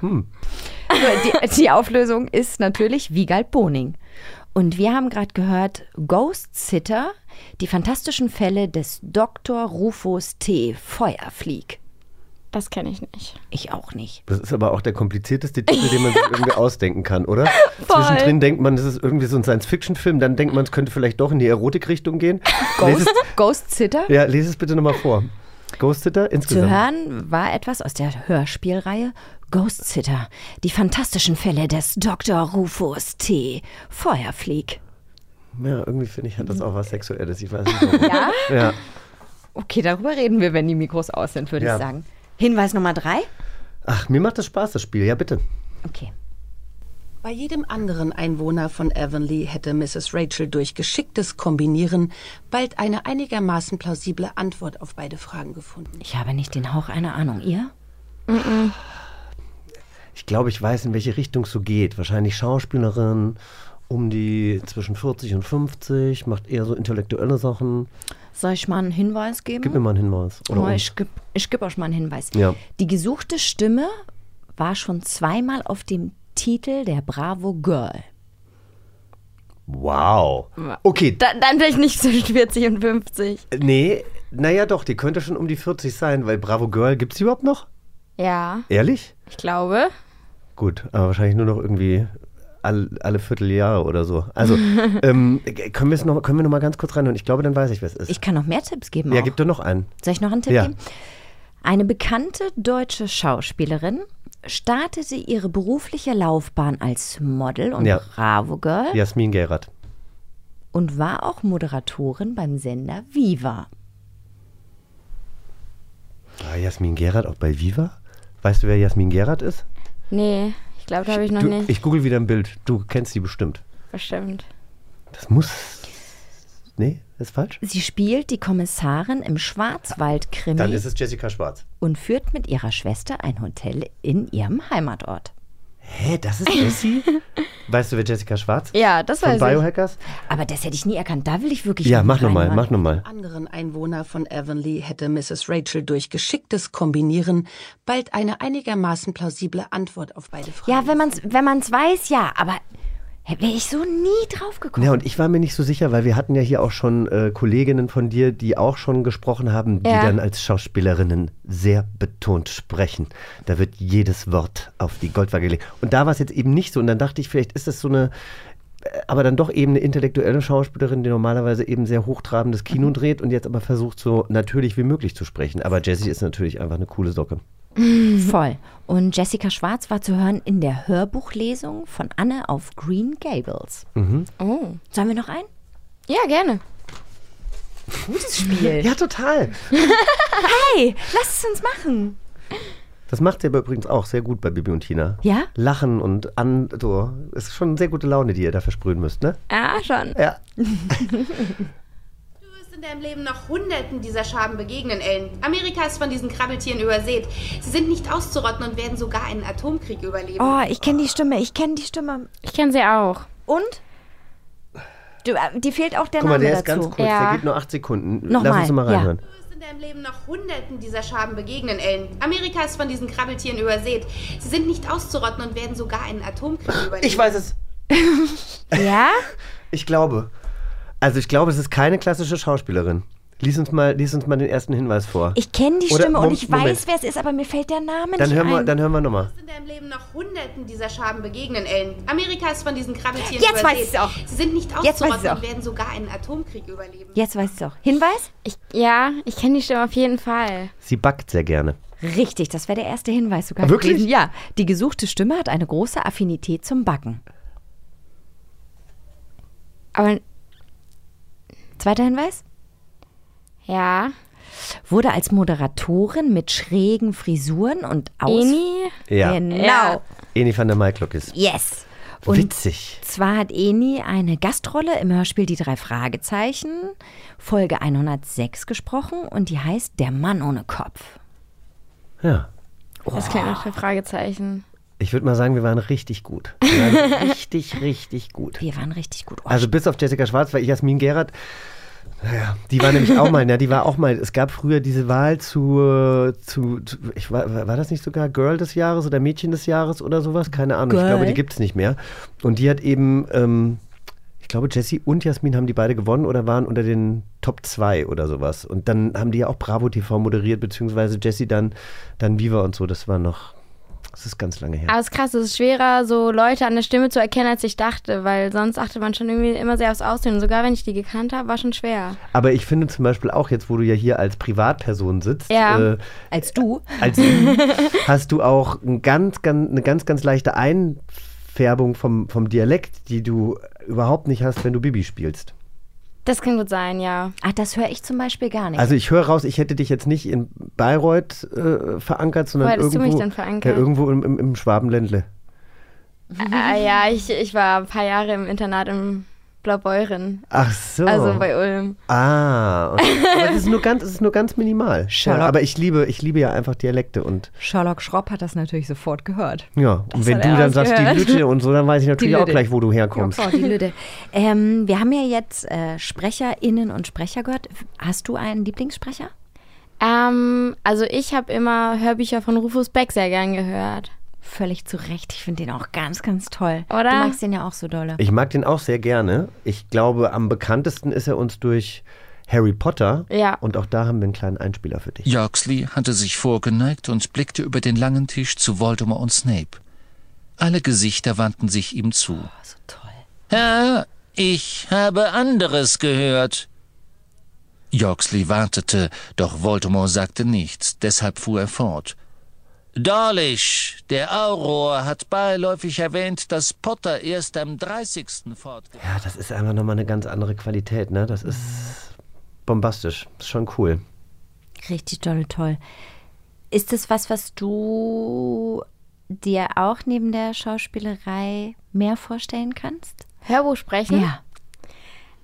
Die Auflösung ist natürlich Wiegald Boning. Und wir haben gerade gehört Ghost Sitter, die fantastischen Fälle des Dr. Rufus T. Feuerflieg. Das kenne ich nicht. Ich auch nicht. Das ist aber auch der komplizierteste Titel, den man sich irgendwie ausdenken kann, oder? Zwischendrin denkt man, das ist irgendwie so ein Science-Fiction-Film, dann denkt man, es könnte vielleicht doch in die Erotikrichtung gehen. Ghost Sitter? Ja, lese es bitte nochmal vor. Ghost Sitter insgesamt. Zu hören war etwas aus der Hörspielreihe Ghost Sitter, die fantastischen Fälle des Dr. Rufus T. Feuerflieg. Ja, irgendwie finde ich, hat das auch was Sexuelles. Ich weiß nicht warum. Ja? Ja. Okay, darüber reden wir, wenn die Mikros aus sind, würde ich sagen. Hinweis Nummer 3. Ach, mir macht das Spaß, das Spiel. Ja, bitte. Okay. Bei jedem anderen Einwohner von Avonlea hätte Mrs. Rachel durch geschicktes Kombinieren bald eine einigermaßen plausible Antwort auf beide Fragen gefunden. Ich habe nicht den Hauch einer Ahnung. Ihr? Ich glaube, ich weiß, in welche Richtung es so geht. Wahrscheinlich Schauspielerin, um die zwischen 40 und 50, macht eher so intellektuelle Sachen. Soll ich mal einen Hinweis geben? Gib mir mal einen Hinweis. Oder uns. Ich gebe euch mal einen Hinweis. Ja. Die gesuchte Stimme war schon zweimal auf dem Titel der Bravo Girl. Wow. Okay. Dann vielleicht nicht zwischen 40 und 50. Nee, naja doch, die könnte schon um die 40 sein, weil Bravo Girl, gibt es die überhaupt noch? Ja, Ehrlich? ich glaube. Gut, aber wahrscheinlich nur noch irgendwie alle Vierteljahre oder so. Also, können wir noch mal ganz kurz rein und ich glaube, dann weiß ich, wer es ist. Ich kann noch mehr Tipps geben. Ja, auch. gib doch noch einen. Soll ich noch einen Tipp Ja. geben? Eine bekannte deutsche Schauspielerin startete ihre berufliche Laufbahn als Model und Bravo Girl Jasmin Gerard. und war auch Moderatorin beim Sender Viva. War Jasmin Gerard auch bei Viva? Weißt du, wer Jasmin Gerard ist? Nee, ich glaube, da habe ich noch nicht. Ich google wieder ein Bild. Du kennst die bestimmt. Bestimmt. Das muss Nee, ist falsch? Sie spielt die Kommissarin im Schwarzwald-Krimi. Dann ist es Jessica Schwarz. Und führt mit ihrer Schwester ein Hotel in ihrem Heimatort. Hä, das ist Jessie? Weißt du, wer Jessica Schwarz ist? Ja, das weiß ich. Von Biohackers? Aber das hätte ich nie erkannt. Da will ich wirklich Ja, mach nochmal. Anderen Einwohner von Avonlea hätte Mrs. Rachel durch geschicktes Kombinieren bald eine einigermaßen plausible Antwort auf beide Fragen. Ja, wenn man's weiß, ja. Aber wäre ich so nie drauf gekommen. Ja, und ich war mir nicht so sicher, weil wir hatten ja hier auch schon Kolleginnen von dir, die auch schon gesprochen haben, die dann als Schauspielerinnen sehr betont sprechen. Da wird jedes Wort auf die Goldwaage gelegt. Und da war es jetzt eben nicht so. Und dann dachte ich, vielleicht ist das so eine, aber dann doch eben eine intellektuelle Schauspielerin, die normalerweise eben sehr hochtrabendes Kino dreht und jetzt aber versucht, so natürlich wie möglich zu sprechen. Aber Jessie ist natürlich einfach eine coole Socke. Voll. Und Jessica Schwarz war zu hören in der Hörbuchlesung von Anne auf Green Gables. Oh. Sollen wir noch einen? Ja, gerne. Gutes Spiel. Ja, total. Hey, lass es uns machen. Das macht sie aber übrigens auch sehr gut bei Bibi und Tina. Ja? Lachen und so. Ist schon eine sehr gute Laune, die ihr da versprühen müsst, ne? Ja, schon. Ja. In deinem Leben noch Hunderten dieser Schaben begegnen, Ellen. Amerika ist von diesen Krabbeltieren übersät. Sie sind nicht auszurotten und werden sogar einen Atomkrieg überleben. Oh, ich kenne die Stimme. Ich kenne sie auch. Und? Die fehlt auch der Guck mal, Name der ist dazu. ganz kurz, der geht nur 8 Sekunden. Nochmal, Lass uns mal reinhören. Du wirst in deinem Leben noch Hunderten dieser Schaben begegnen, Ellen. Amerika ist von diesen Krabbeltieren übersät. Sie sind nicht auszurotten und werden sogar einen Atomkrieg überleben. Ich weiß es. Ja? Ich glaube. Also ich glaube, es ist keine klassische Schauspielerin. Lies uns mal den ersten Hinweis vor. Ich kenne die Stimme und ich Moment. weiß, wer es ist, aber mir fällt der Name Dann nicht hören ein. Dann hören wir nochmal. Du wirst in deinem Leben noch Hunderten dieser Schaben begegnen, Ellen. Amerika ist von diesen Krabbeltieren Jetzt übersät. weiß ich's auch. Sie sind nicht Jetzt weiß auszurotten ich's und auch. werden sogar einen Atomkrieg überleben. Jetzt weiß ich es auch. Hinweis? Ich kenne die Stimme auf jeden Fall. Sie backt sehr gerne. Richtig, das wäre der erste Hinweis sogar Wirklich? gewesen. Ja, die gesuchte Stimme hat eine große Affinität zum Backen. Aber Zweiter Hinweis? ja. Wurde als Moderatorin mit schrägen Frisuren und Eni? Ja. Genau. Ja. Eni van der Maiklok Yes. Und witzig. zwar hat Eni eine Gastrolle im Hörspiel Die 3 Fragezeichen, Folge 106 gesprochen und die heißt Der Mann ohne Kopf. Ja. Das klingt nach 3 Fragezeichen. Ich würde mal sagen, wir waren richtig gut. Wir waren richtig gut. Wir waren richtig gut. Oh, Also bis auf Jessica Schwarz, weil Jasmin Gerard, naja, die war nämlich auch mal, es gab früher diese Wahl war das nicht sogar Girl des Jahres oder Mädchen des Jahres oder sowas? Keine Ahnung, Girl. Ich glaube, die gibt es nicht mehr. Und die hat eben, ich glaube, Jessie und Jasmin haben die beide gewonnen oder waren unter den Top 2 oder sowas. Und dann haben die ja auch Bravo TV moderiert, beziehungsweise Jessie dann Viva und so, das ist ganz lange her. Aber es ist krass, es ist schwerer, so Leute an der Stimme zu erkennen, als ich dachte, weil sonst achtet man schon irgendwie immer sehr aufs Aussehen. Und sogar wenn ich die gekannt habe, war schon schwer. Aber ich finde zum Beispiel auch jetzt, wo du ja hier als Privatperson sitzt, als du, hast du auch eine ganz leichte Einfärbung vom Dialekt, die du überhaupt nicht hast, wenn du Bibi spielst. Das kann gut sein, ja. Ach, das höre ich zum Beispiel gar nicht. Also ich höre raus, ich hätte dich jetzt nicht in Bayreuth verankert, sondern Wo hättest irgendwo, du mich denn verankert? Ja, irgendwo im Schwabenländle. Ja, ich war ein paar Jahre im Internat im Blaubeuren. Ach so. Also bei Ulm. Ah, okay. Aber es ist nur ganz minimal. Ja, aber ich liebe ja einfach Dialekte und Sherlock Schropp hat das natürlich sofort gehört. ja, Das und wenn hat du er dann sagst, die rausgehört. Lütte und so, dann weiß ich natürlich Die auch Lütte. gleich, wo du herkommst. Ja, die Lütte. Wir haben ja jetzt SprecherInnen und Sprecher gehört. Hast du einen Lieblingssprecher? Also ich habe immer Hörbücher von Rufus Beck sehr gern gehört. Völlig zu Recht. Ich finde den auch ganz, ganz toll. Oder? Du magst den ja auch so dolle. Ich mag den auch sehr gerne. Ich glaube, am bekanntesten ist er uns durch Harry Potter. Ja. Und auch da haben wir einen kleinen Einspieler für dich. Yorksley hatte sich vorgeneigt und blickte über den langen Tisch zu Voldemort und Snape. Alle Gesichter wandten sich ihm zu. Oh, so toll. Herr, ich habe anderes gehört. Yorksley wartete, doch Voldemort sagte nichts, deshalb fuhr er fort. Dawlish, der Auror, hat beiläufig erwähnt, dass Potter erst am 30. fortgeht. Ja, das ist einfach nochmal eine ganz andere Qualität, ne? Das ist bombastisch. Ist schon cool. Richtig dolle toll. Ist das was du dir auch neben der Schauspielerei mehr vorstellen kannst? Hörbuch sprechen? Ja.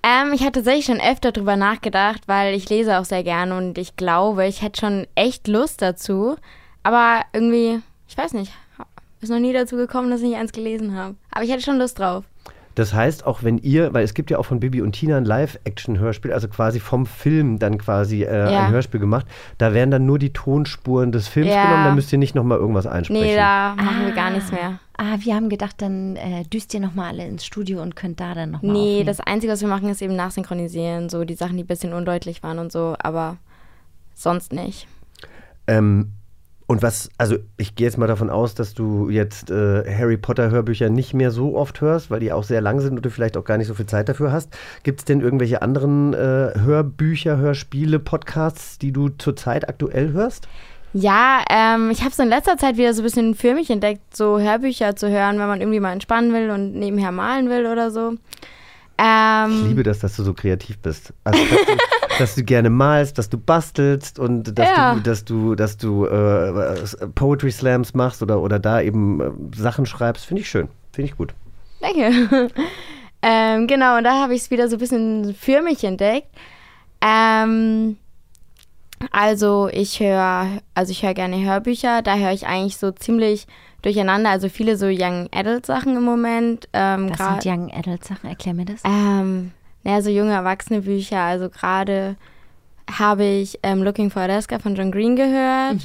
Ich hatte tatsächlich schon öfter drüber nachgedacht, weil ich lese auch sehr gerne und ich glaube, ich hätte schon echt Lust dazu. Aber irgendwie, ich weiß nicht, ist noch nie dazu gekommen, dass ich eins gelesen habe. Aber ich hätte schon Lust drauf. Das heißt, auch wenn ihr, weil es gibt ja auch von Bibi und Tina ein Live-Action-Hörspiel, also quasi vom Film dann quasi ein Hörspiel gemacht, da werden dann nur die Tonspuren des Films genommen, da müsst ihr nicht nochmal irgendwas einsprechen. Nee, da machen wir gar nichts mehr. Wir haben gedacht, dann düst ihr nochmal alle ins Studio und könnt da dann nochmal aufnehmen. Das Einzige, was wir machen, ist eben nachsynchronisieren, so die Sachen, die ein bisschen undeutlich waren und so, aber sonst nicht. Und also ich gehe jetzt mal davon aus, dass du jetzt Harry Potter Hörbücher nicht mehr so oft hörst, weil die auch sehr lang sind und du vielleicht auch gar nicht so viel Zeit dafür hast. Gibt es denn irgendwelche anderen Hörbücher, Hörspiele, Podcasts, die du zurzeit aktuell hörst? Ja, ich habe so in letzter Zeit wieder so ein bisschen für mich entdeckt, so Hörbücher zu hören, wenn man irgendwie mal entspannen will und nebenher malen will oder so. Ich liebe das, dass du so kreativ bist. Also, dass du gerne malst, dass du bastelst und dass du Poetry Slams machst oder da eben Sachen schreibst. Finde ich schön. Finde ich gut. Danke. Genau, und da habe ich es wieder so ein bisschen für mich entdeckt. Also ich höre gerne Hörbücher. Da höre ich eigentlich so ziemlich durcheinander, also viele so Young Adult Sachen im Moment. Was sind Young Adult Sachen? Erklär mir das. So junge Erwachsene Bücher. Also gerade habe ich Looking for Alaska von John Green gehört.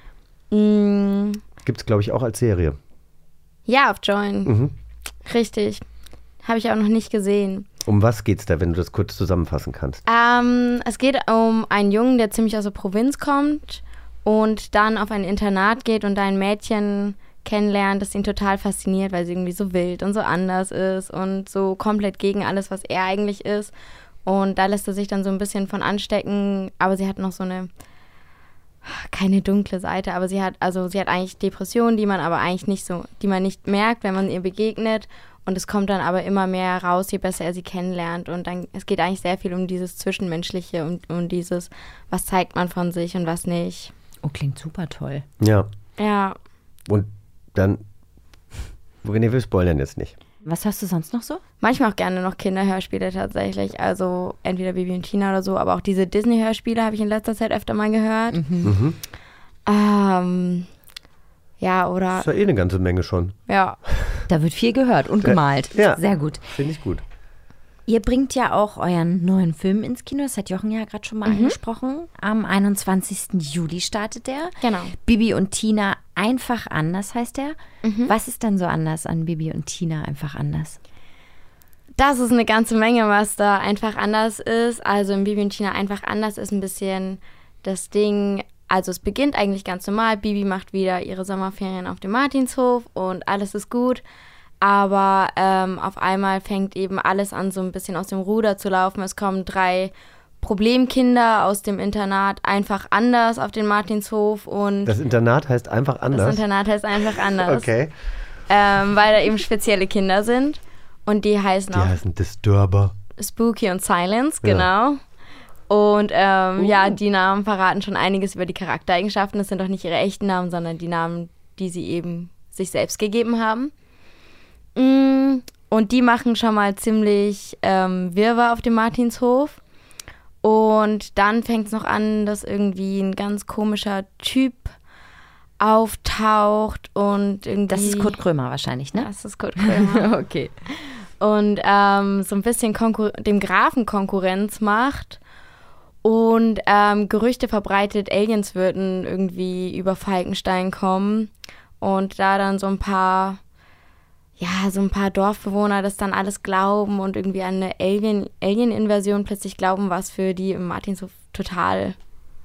Gibt es, glaube ich, auch als Serie. Ja, auf Join. Richtig. Habe ich auch noch nicht gesehen. Um was geht's da, wenn du das kurz zusammenfassen kannst? Es geht um einen Jungen, der ziemlich aus der Provinz kommt und dann auf ein Internat geht und da ein Mädchen kennenlernt, das ihn total fasziniert, weil sie irgendwie so wild und so anders ist und so komplett gegen alles, was er eigentlich ist. Und da lässt er sich dann so ein bisschen von anstecken, aber sie hat noch so keine dunkle Seite, aber sie hat eigentlich Depressionen, die man aber eigentlich die man nicht merkt, wenn man ihr begegnet. Und es kommt dann aber immer mehr raus, je besser er sie kennenlernt. Und dann, es geht eigentlich sehr viel um dieses Zwischenmenschliche und um dieses, was zeigt man von sich und was nicht. Oh, klingt super toll. Ja. Ja. Und dann, René, wir spoilern jetzt nicht. Was hörst du sonst noch so? Manchmal auch gerne noch Kinderhörspiele tatsächlich. Also entweder Bibi und Tina oder so, aber auch diese Disney-Hörspiele habe ich in letzter Zeit öfter mal gehört. Ja, oder... Das ist ja eine ganze Menge schon. Ja. Da wird viel gehört und gemalt. Ja. Sehr gut. Finde ich gut. Ihr bringt ja auch euren neuen Film ins Kino. Das hat Jochen ja gerade schon mal angesprochen. Am 21. Juli startet der. Genau. Bibi und Tina einfach anders heißt der. Was ist denn so anders an Bibi und Tina einfach anders? Das ist eine ganze Menge, was da einfach anders ist. Also in Bibi und Tina einfach anders ist ein bisschen das Ding... Also es beginnt eigentlich ganz normal. Bibi macht wieder ihre Sommerferien auf dem Martinshof und alles ist gut. Aber auf einmal fängt eben alles an, so ein bisschen aus dem Ruder zu laufen. Es kommen 3 Problemkinder aus dem Internat einfach anders auf den Martinshof. Und das Internat heißt einfach anders? Das Internat heißt einfach anders. Okay. Weil da eben spezielle Kinder sind. Und die heißen Disturber. Spooky und Silence, genau. Ja. Und die Namen verraten schon einiges über die Charaktereigenschaften. Das sind doch nicht ihre echten Namen, sondern die Namen, die sie eben sich selbst gegeben haben. Und die machen schon mal ziemlich Wirrwarr auf dem Martinshof. Und dann fängt es noch an, dass irgendwie ein ganz komischer Typ auftaucht und irgendwie... Das ist Kurt Krömer wahrscheinlich, ne? Das ist Kurt Krömer. Okay. Und so ein bisschen dem Grafen Konkurrenz macht. Und Gerüchte verbreitet, Aliens würden irgendwie über Falkenstein kommen. Und da dann so ein paar Dorfbewohner das dann alles glauben und irgendwie an eine Alien-Invasion plötzlich glauben, was für die im Martinshof total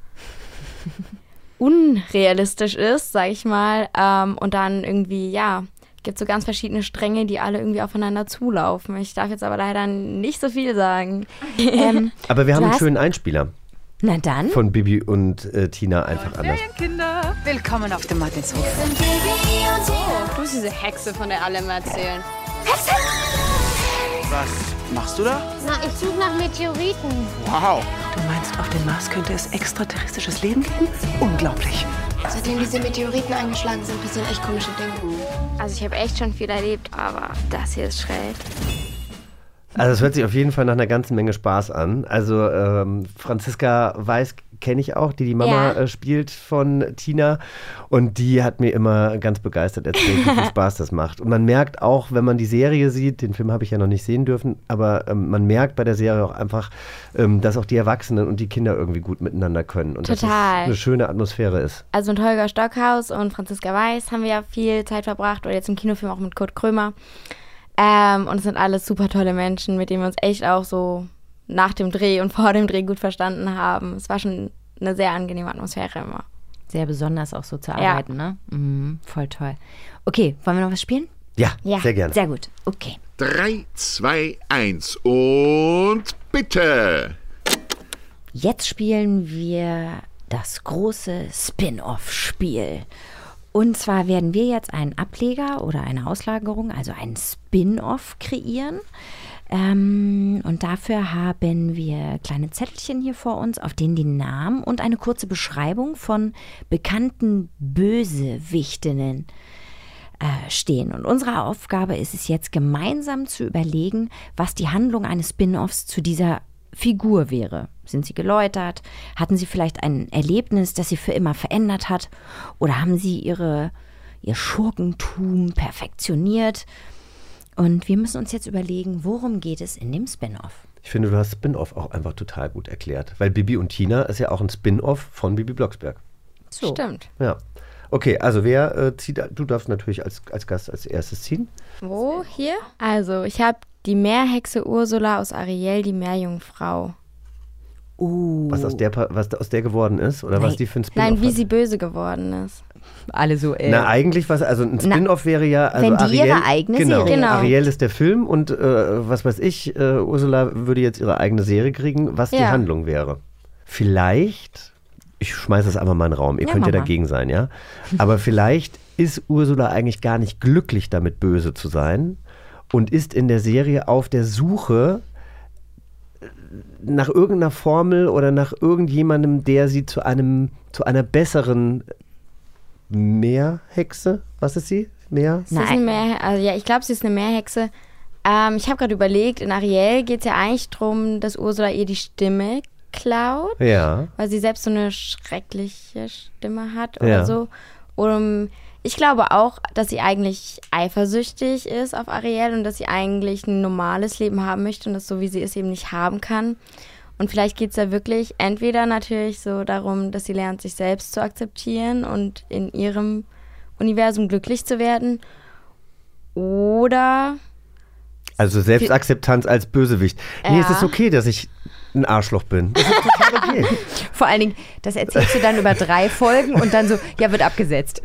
unrealistisch ist, sag ich mal. Und dann irgendwie, gibt es so ganz verschiedene Stränge, die alle irgendwie aufeinander zulaufen. Ich darf jetzt aber leider nicht so viel sagen. Aber wir haben einen schönen Einspieler. Na dann. Von Bibi und Tina einfach anders. Kinder, willkommen auf dem Martinshof. Du bist diese Hexe, von der alle immer erzählen. Hexe! Was machst du da? Na, ich suche nach Meteoriten. Wow. Du meinst, auf dem Mars könnte es extraterrestrisches Leben geben? Unglaublich. Seitdem diese Meteoriten eingeschlagen sind, passieren echt komische Dinge. Also ich habe echt schon viel erlebt, aber das hier ist schräg. Also es hört sich auf jeden Fall nach einer ganzen Menge Spaß an. Also Franziska Weiß kenne ich auch, die Mama spielt von Tina. Und die hat mir immer ganz begeistert erzählt, wie viel Spaß das macht. Und man merkt auch, wenn man die Serie sieht, den Film habe ich ja noch nicht sehen dürfen, aber man merkt bei der Serie auch einfach, dass auch die Erwachsenen und die Kinder irgendwie gut miteinander können. Und dass es eine schöne Atmosphäre ist. Also mit Holger Stockhaus und Franziska Weiß haben wir ja viel Zeit verbracht. Oder jetzt im Kinofilm auch mit Kurt Krömer. Und es sind alles super tolle Menschen, mit denen wir uns echt auch so nach dem Dreh und vor dem Dreh gut verstanden haben. Es war schon eine sehr angenehme Atmosphäre immer. Sehr besonders auch so zu arbeiten, ne? Voll toll. Okay, wollen wir noch was spielen? Ja, sehr gerne. Sehr gut, okay. 3, 2, 1 und bitte! Jetzt spielen wir das große Spin-off-Spiel. Und zwar werden wir jetzt einen Ableger oder eine Auslagerung, also einen Spin-off kreieren. Und dafür haben wir kleine Zettelchen hier vor uns, auf denen die Namen und eine kurze Beschreibung von bekannten Bösewichtinnen stehen. Und unsere Aufgabe ist es jetzt, gemeinsam zu überlegen, was die Handlung eines Spin-offs zu dieser Figur wäre. Sind sie geläutert? Hatten sie vielleicht ein Erlebnis, das sie für immer verändert hat? Oder haben sie ihr Schurkentum perfektioniert? Und wir müssen uns jetzt überlegen, worum geht es in dem Spin-off? Ich finde, du hast Spin-off auch einfach total gut erklärt. Weil Bibi und Tina ist ja auch ein Spin-off von Bibi Blocksberg. So. Stimmt. Ja. Okay, also wer zieht, du darfst natürlich als Gast als erstes ziehen. Wo? Hier? Also, ich habe die Meerhexe Ursula aus Ariel, die Meerjungfrau. Was aus der geworden ist? Oder was die für ein Spin-off Nein, wie sie böse geworden ist. Alle so, Na, eigentlich also ein Spin-off wäre ja, also wenn die Ariel, ihre eigene Serie. Genau. Ariel ist der Film und was weiß ich, Ursula würde jetzt ihre eigene Serie kriegen, was die Handlung wäre. Vielleicht, ich schmeiße es einfach mal in den Raum, ihr könnt ja dagegen sein, ja? Aber vielleicht ist Ursula eigentlich gar nicht glücklich damit, böse zu sein und ist in der Serie auf der Suche nach irgendeiner Formel oder nach irgendjemandem, der sie zu einer besseren Meerhexe, was ist sie? Ich glaube, sie ist eine Meerhexe. Ich habe gerade überlegt, in Ariel geht es ja eigentlich darum, dass Ursula ihr die Stimme klaut, weil sie selbst so eine schreckliche Stimme hat oder so. Ich glaube auch, dass sie eigentlich eifersüchtig ist auf Ariel und dass sie eigentlich ein normales Leben haben möchte und das so, wie sie es eben nicht haben kann. Und vielleicht geht es da wirklich entweder natürlich so darum, dass sie lernt, sich selbst zu akzeptieren und in ihrem Universum glücklich zu werden. Oder... Also Selbstakzeptanz als Bösewicht. Nee, es ist okay, dass ich ein Arschloch bin. Das ist total okay. Vor allen Dingen, das erzählst du dann über 3 Folgen und dann so, ja, wird abgesetzt.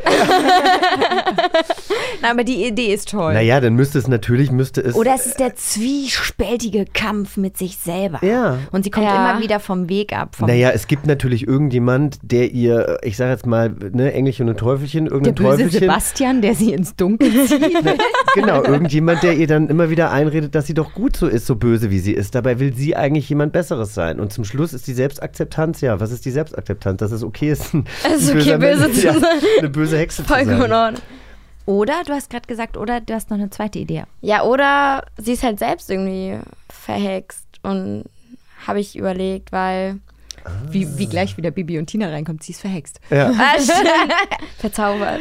Na, aber die Idee ist toll. Naja, dann müsste es... Oder es ist der zwiespältige Kampf mit sich selber. Ja. Und sie kommt immer wieder vom Weg ab. Naja, es gibt natürlich irgendjemand, der ihr, ich sage jetzt mal, ne, Engelchen und Teufelchen, irgendein der böse Teufelchen. Sebastian, der sie ins Dunkel zieht. Genau, irgendjemand, der ihr dann immer wieder einredet, dass sie doch gut so ist, so böse wie sie ist. Dabei will sie eigentlich jemand Besseres sein. Und zum Schluss ist die Selbstakzeptanz, was ist die Selbstakzeptanz? Dass es okay ist, böse zu sein. Eine böse Hexe zu sein. Vollkommen in Ordnung. Oder, du hast gerade gesagt, oder du hast noch eine zweite Idee. Ja, oder sie ist halt selbst irgendwie verhext und habe ich überlegt, weil... Wie gleich wieder Bibi und Tina reinkommt, sie ist verhext. Ja. Verzaubert.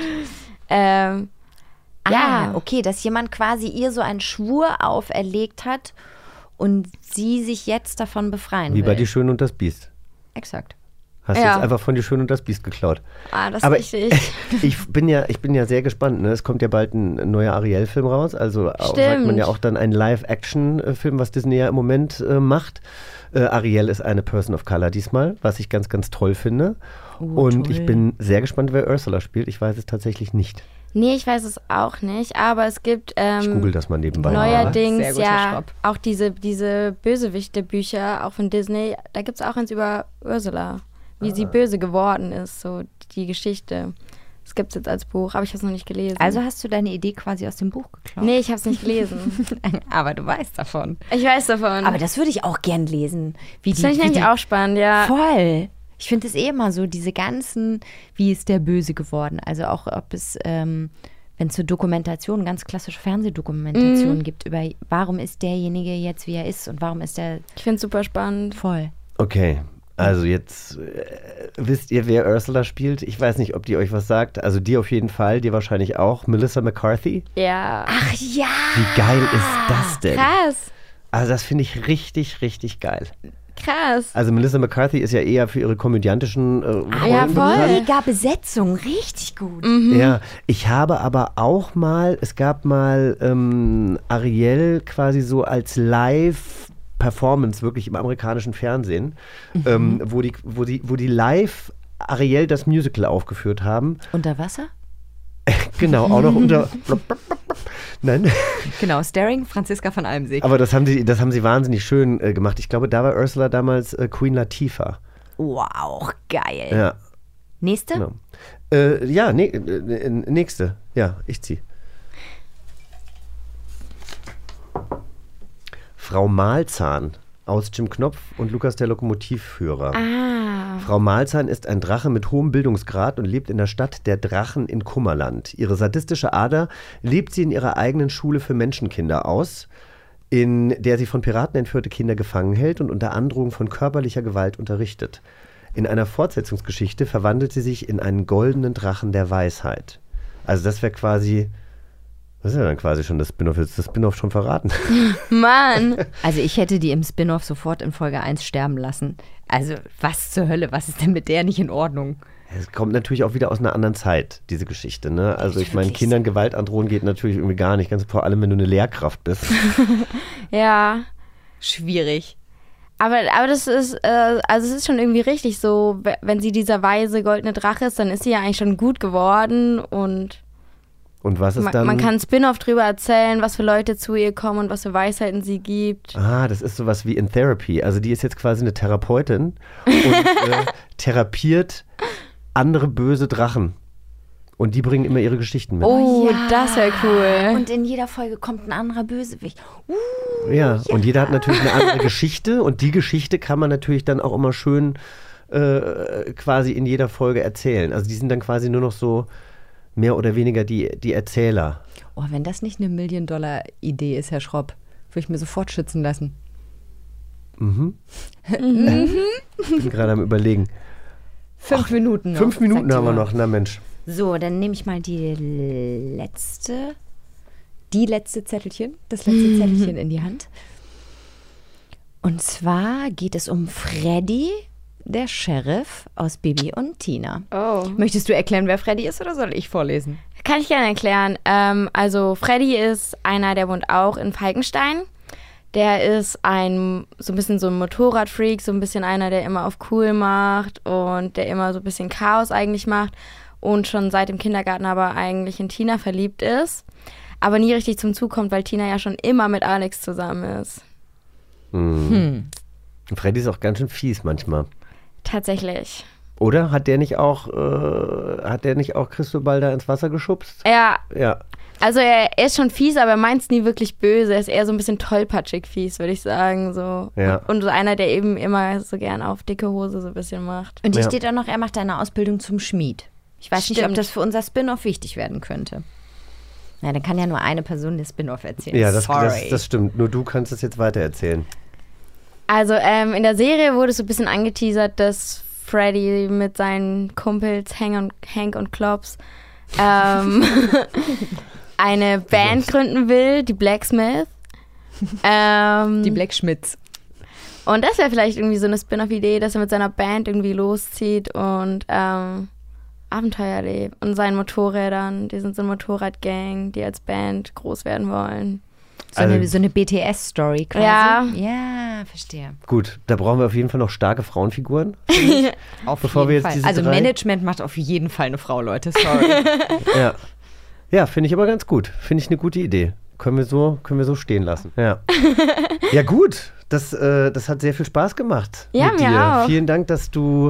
Okay, dass jemand quasi ihr so einen Schwur auferlegt hat und sie sich jetzt davon befreien will. Wie bei Die Schöne und das Biest. Exakt. Hast du jetzt einfach von Die Schöne und das Biest geklaut. Das ist Aber richtig. Ich bin ja sehr gespannt. Ne? Es kommt ja bald ein neuer Ariel-Film raus. Also sagt man ja auch dann ein Live-Action-Film, was Disney ja im Moment macht. Ariel ist eine Person of Color diesmal, was ich ganz, ganz toll finde. Und ich bin sehr gespannt, wer Ursula spielt. Ich weiß es tatsächlich nicht. Nee, ich weiß es auch nicht, aber es gibt ich google das mal nebenbei. Neuerdings auch diese Bösewichte-Bücher, auch von Disney. Da gibt es auch eins über Ursula, wie sie böse geworden ist, so die Geschichte. Das gibt es jetzt als Buch, aber ich habe es noch nicht gelesen. Also hast du deine Idee quasi aus dem Buch geklaut? Nee, ich habe es nicht gelesen. Aber du weißt davon. Ich weiß davon. Aber das würde ich auch gern lesen. Das finde ich nämlich auch spannend, ja. Voll. Ich finde es immer so, diese ganzen, wie ist der Böse geworden? Also auch, ob es wenn es so Dokumentationen, ganz klassische Fernsehdokumentationen gibt über, warum ist derjenige jetzt, wie er ist und warum ist der... Ich finde es super spannend. Voll. Okay, also jetzt wisst ihr, wer Ursula spielt? Ich weiß nicht, ob die euch was sagt. Also dir auf jeden Fall, dir wahrscheinlich auch. Melissa McCarthy. Ja. Ach ja. Wie geil ist das denn? Krass. Also das finde ich richtig, richtig geil. Krass. Also Melissa McCarthy ist ja eher für ihre komödiantischen Rollen bekannt. Mega Besetzung, richtig gut. Ja, ich habe aber auch mal, es gab mal Ariel quasi so als Live-Performance wirklich im amerikanischen Fernsehen, wo die live Ariel das Musical aufgeführt haben. Unter Wasser? Genau, auch noch unter... Nein. Genau, Starring Franziska von Almsig. Aber das haben sie wahnsinnig schön gemacht. Ich glaube, da war Ursula damals Queen Latifah. Wow, geil. Ja. Nächste? Genau. Nächste. Ja, ich ziehe. Frau Malzahn aus Jim Knopf und Lukas der Lokomotivführer. Frau Malzahn ist ein Drache mit hohem Bildungsgrad und lebt in der Stadt der Drachen in Kummerland. Ihre sadistische Ader lebt sie in ihrer eigenen Schule für Menschenkinder aus, in der sie von Piraten entführte Kinder gefangen hält und unter Androhung von körperlicher Gewalt unterrichtet. In einer Fortsetzungsgeschichte verwandelt sie sich in einen goldenen Drachen der Weisheit. Also das wäre quasi... Das ist ja dann quasi schon das Spin-off. Jetzt ist das Spin-off schon verraten. Mann! Also ich hätte die im Spin-off sofort in Folge 1 sterben lassen. Also was zur Hölle, was ist denn mit der nicht in Ordnung? Es kommt natürlich auch wieder aus einer anderen Zeit, diese Geschichte. Ne? Also ich meine, Kindern Gewalt androhen geht natürlich irgendwie gar nicht. Ganz vor allem, wenn du eine Lehrkraft bist. Ja. Schwierig. Aber das ist, also es ist schon irgendwie richtig so, wenn sie dieser weise goldene Drache ist, dann ist sie ja eigentlich schon gut geworden und was ist dann? Man kann einen Spin-off drüber erzählen, was für Leute zu ihr kommen und was für Weisheiten sie gibt. Das ist sowas wie in Therapy. Also die ist jetzt quasi eine Therapeutin und therapiert andere böse Drachen. Und die bringen immer ihre Geschichten mit. Oh, ja. Das wäre cool. Und in jeder Folge kommt ein anderer Bösewicht. Ja, und jeder hat natürlich eine andere Geschichte und die Geschichte kann man natürlich dann auch immer schön quasi in jeder Folge erzählen. Also die sind dann quasi nur noch so mehr oder weniger die Erzähler. Oh, wenn das nicht eine $1-Million-Idee ist, Herr Schropp, würde ich mir sofort schützen lassen. Ich bin gerade am Überlegen. 5 Minuten noch. 5 Minuten haben wir noch, na Mensch. So, dann nehme ich mal das letzte Zettelchen in die Hand. Und zwar geht es um Freddy, der Sheriff aus Bibi und Tina. Oh. Möchtest du erklären, wer Freddy ist, oder soll ich vorlesen? Kann ich gerne erklären. Also Freddy ist einer, der wohnt auch in Falkenstein. Der ist so ein bisschen so ein Motorradfreak, so ein bisschen einer, der immer auf cool macht und der immer so ein bisschen Chaos eigentlich macht und schon seit dem Kindergarten aber eigentlich in Tina verliebt ist, aber nie richtig zum Zug kommt, weil Tina ja schon immer mit Alex zusammen ist. Freddy ist auch ganz schön fies manchmal. Tatsächlich. Oder? Hat der nicht auch Cristobal da ins Wasser geschubst? Ja. Ja. Also er ist schon fies, aber er meint es nie wirklich böse. Er ist eher so ein bisschen tollpatschig fies, würde ich sagen. So. Ja. Und so einer, der eben immer so gern auf dicke Hose so ein bisschen macht. Und hier steht auch noch, er macht eine Ausbildung zum Schmied. Ich weiß nicht, ob Stimmt. das für unser Spin-off wichtig werden könnte. Ja, dann kann ja nur eine Person das Spin-off erzählen. Ja, das stimmt. Nur du kannst es jetzt weitererzählen. Also in der Serie wurde so ein bisschen angeteasert, dass Freddy mit seinen Kumpels Hank und Klops eine Band gründen will, die Blacksmith. Die Blackschmidts. Und das wäre vielleicht irgendwie so eine Spin-off-Idee, dass er mit seiner Band irgendwie loszieht und Abenteuer lebt. Und seinen Motorrädern, die sind so eine Motorradgang, die als Band groß werden wollen. So eine BTS-Story quasi. Ja, verstehe. Gut, da brauchen wir auf jeden Fall noch starke Frauenfiguren. Auf jeden Fall. Also Management macht auf jeden Fall eine Frau, Leute, sorry. Ja, finde ich aber ganz gut. Finde ich eine gute Idee. Können wir so stehen lassen. Ja, ja gut, das hat sehr viel Spaß gemacht ja, mit dir. Mir auch. Vielen Dank, dass du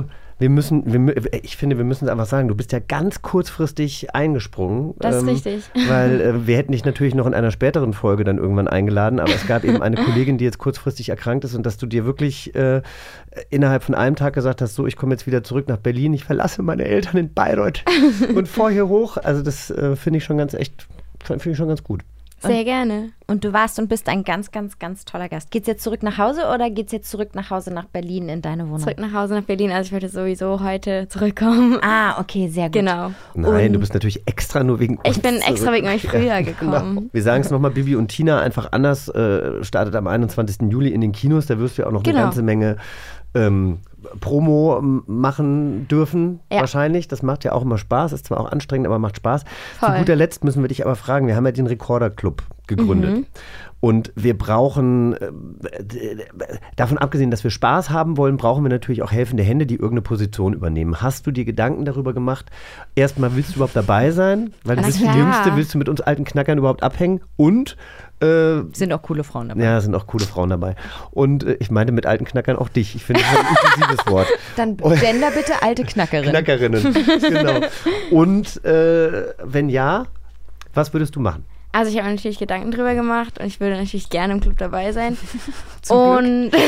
ich finde, wir müssen es einfach sagen, du bist ja ganz kurzfristig eingesprungen. Das ist richtig. Weil wir hätten dich natürlich noch in einer späteren Folge dann irgendwann eingeladen, aber es gab eben eine Kollegin, die jetzt kurzfristig erkrankt ist und dass du dir wirklich innerhalb von einem Tag gesagt hast, so, ich komme jetzt wieder zurück nach Berlin, ich verlasse meine Eltern in Bayreuth und fahr hier hoch. Also das finde ich schon ganz gut. Sehr gerne. Und du warst und bist ein ganz, ganz, ganz toller Gast. Geht's jetzt zurück nach Hause oder geht's jetzt zurück nach Hause nach Berlin in deine Wohnung? Zurück nach Hause nach Berlin. Also ich wollte sowieso heute zurückkommen. Ah, okay, sehr gut. Genau. Nein, du bist natürlich extra nur wegen uns. Ich bin extra wegen euch früher gekommen. Genau. Wir sagen es nochmal, Bibi und Tina einfach anders. Startet am 21. Juli in den Kinos. Da wirst du ja auch noch eine ganze Menge Promo machen dürfen, wahrscheinlich. Das macht ja auch immer Spaß, ist zwar auch anstrengend, aber macht Spaß. Voll. Zu guter Letzt müssen wir dich aber fragen, wir haben ja den Rekorder-Club gegründet. Und wir brauchen, davon abgesehen, dass wir Spaß haben wollen, brauchen wir natürlich auch helfende Hände, die irgendeine Position übernehmen. Hast du dir Gedanken darüber gemacht? Erstmal, willst du überhaupt dabei sein? Weil du bist die Jüngste, willst du mit uns alten Knackern überhaupt abhängen? Und sind auch coole Frauen dabei. Ja, sind auch coole Frauen dabei. Und ich meinte mit alten Knackern auch dich. Ich finde das ein inklusives Wort. Dann gender bitte alte Knackerinnen. Knackerinnen, genau. Und wenn ja, was würdest du machen? Also ich habe mir natürlich Gedanken drüber gemacht und ich würde natürlich gerne im Club dabei sein. Zum Glück.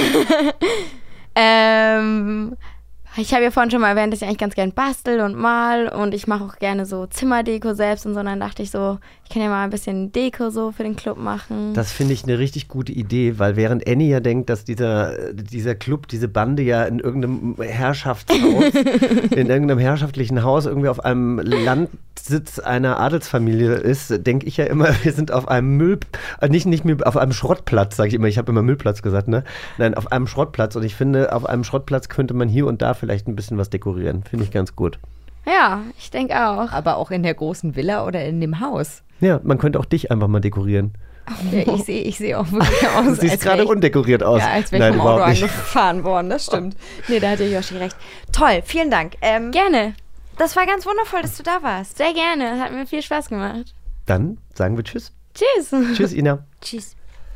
Ich habe ja vorhin schon mal erwähnt, dass ich eigentlich ganz gern bastel und mal und ich mache auch gerne so Zimmerdeko selbst und so. Und dann dachte ich so, ich kann ja mal ein bisschen Deko so für den Club machen. Das finde ich eine richtig gute Idee, weil während Annie ja denkt, dass dieser Club, diese Bande ja in irgendeinem Herrschaftshaus, in irgendeinem herrschaftlichen Haus irgendwie auf einem Landsitz einer Adelsfamilie ist, denke ich ja immer, wir sind auf einem auf einem Schrottplatz, sage ich immer. Ich habe immer Müllplatz gesagt, ne? Nein, auf einem Schrottplatz. Und ich finde, auf einem Schrottplatz könnte man hier und da vielleicht ein bisschen was dekorieren. Finde ich ganz gut. Ja, ich denke auch. Aber auch in der großen Villa oder in dem Haus. Ja, man könnte auch dich einfach mal dekorieren. Ja, ich sehe auch wirklich aus. Du siehst gerade undekoriert aus. Ja, als wäre ich vom Auto angefahren worden, das stimmt. Nee, da hatte Joshi recht. Toll, vielen Dank. Gerne. Das war ganz wundervoll, dass du da warst. Sehr gerne, hat mir viel Spaß gemacht. Dann sagen wir Tschüss. Tschüss. Tschüss, Ina. Tschüss.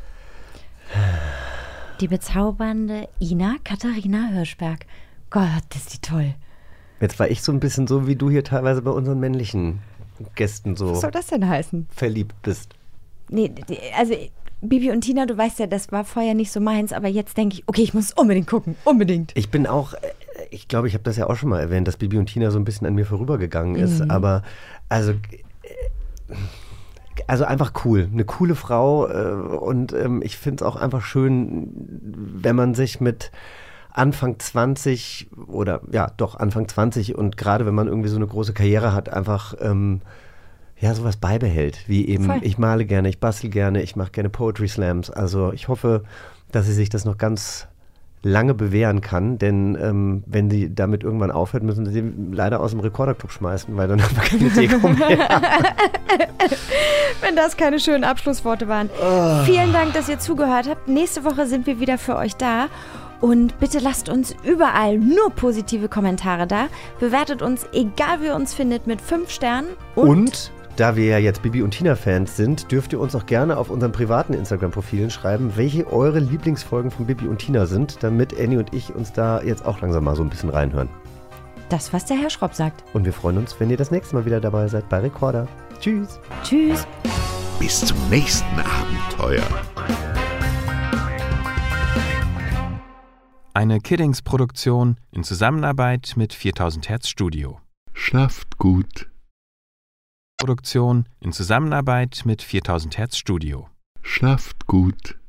Die bezaubernde Ina Katharina Hirschberg. Gott, ist die toll. Jetzt war ich so ein bisschen so, wie du hier teilweise bei unseren männlichen Gästen so. Was soll das denn heißen? Verliebt bist. Nee, also Bibi und Tina, du weißt ja, das war vorher nicht so meins, aber jetzt denke ich, okay, ich muss unbedingt gucken, unbedingt. Ich bin auch, ich glaube, ich habe das ja auch schon mal erwähnt, dass Bibi und Tina so ein bisschen an mir vorübergegangen ist, aber also einfach cool, eine coole Frau und ich finde es auch einfach schön, wenn man sich mit Anfang 20 oder ja doch Anfang 20 und gerade wenn man irgendwie so eine große Karriere hat, einfach sowas beibehält, wie eben Voll. Ich male gerne, ich bastel gerne, ich mache gerne Poetry Slams, also ich hoffe, dass sie sich das noch ganz lange bewähren kann, denn wenn sie damit irgendwann aufhört, müssen sie leider aus dem Rekorderclub schmeißen, weil dann haben wir keine Deko mehr. Wenn das keine schönen Abschlussworte waren. Oh. Vielen Dank, dass ihr zugehört habt. Nächste Woche sind wir wieder für euch da. Und bitte lasst uns überall nur positive Kommentare da. Bewertet uns, egal wie ihr uns findet, mit 5 Sternen. Und da wir ja jetzt Bibi und Tina-Fans sind, dürft ihr uns auch gerne auf unseren privaten Instagram-Profilen schreiben, welche eure Lieblingsfolgen von Bibi und Tina sind, damit Annie und ich uns da jetzt auch langsam mal so ein bisschen reinhören. Das, was der Herr Schropp sagt. Und wir freuen uns, wenn ihr das nächste Mal wieder dabei seid bei Rekorder. Tschüss. Tschüss. Bis zum nächsten Abenteuer. Eine Kiddings-Produktion in Zusammenarbeit mit 4000 Hertz Studio. Schlaft gut. Produktion in Zusammenarbeit mit 4000 Hertz Studio. Schlaft gut.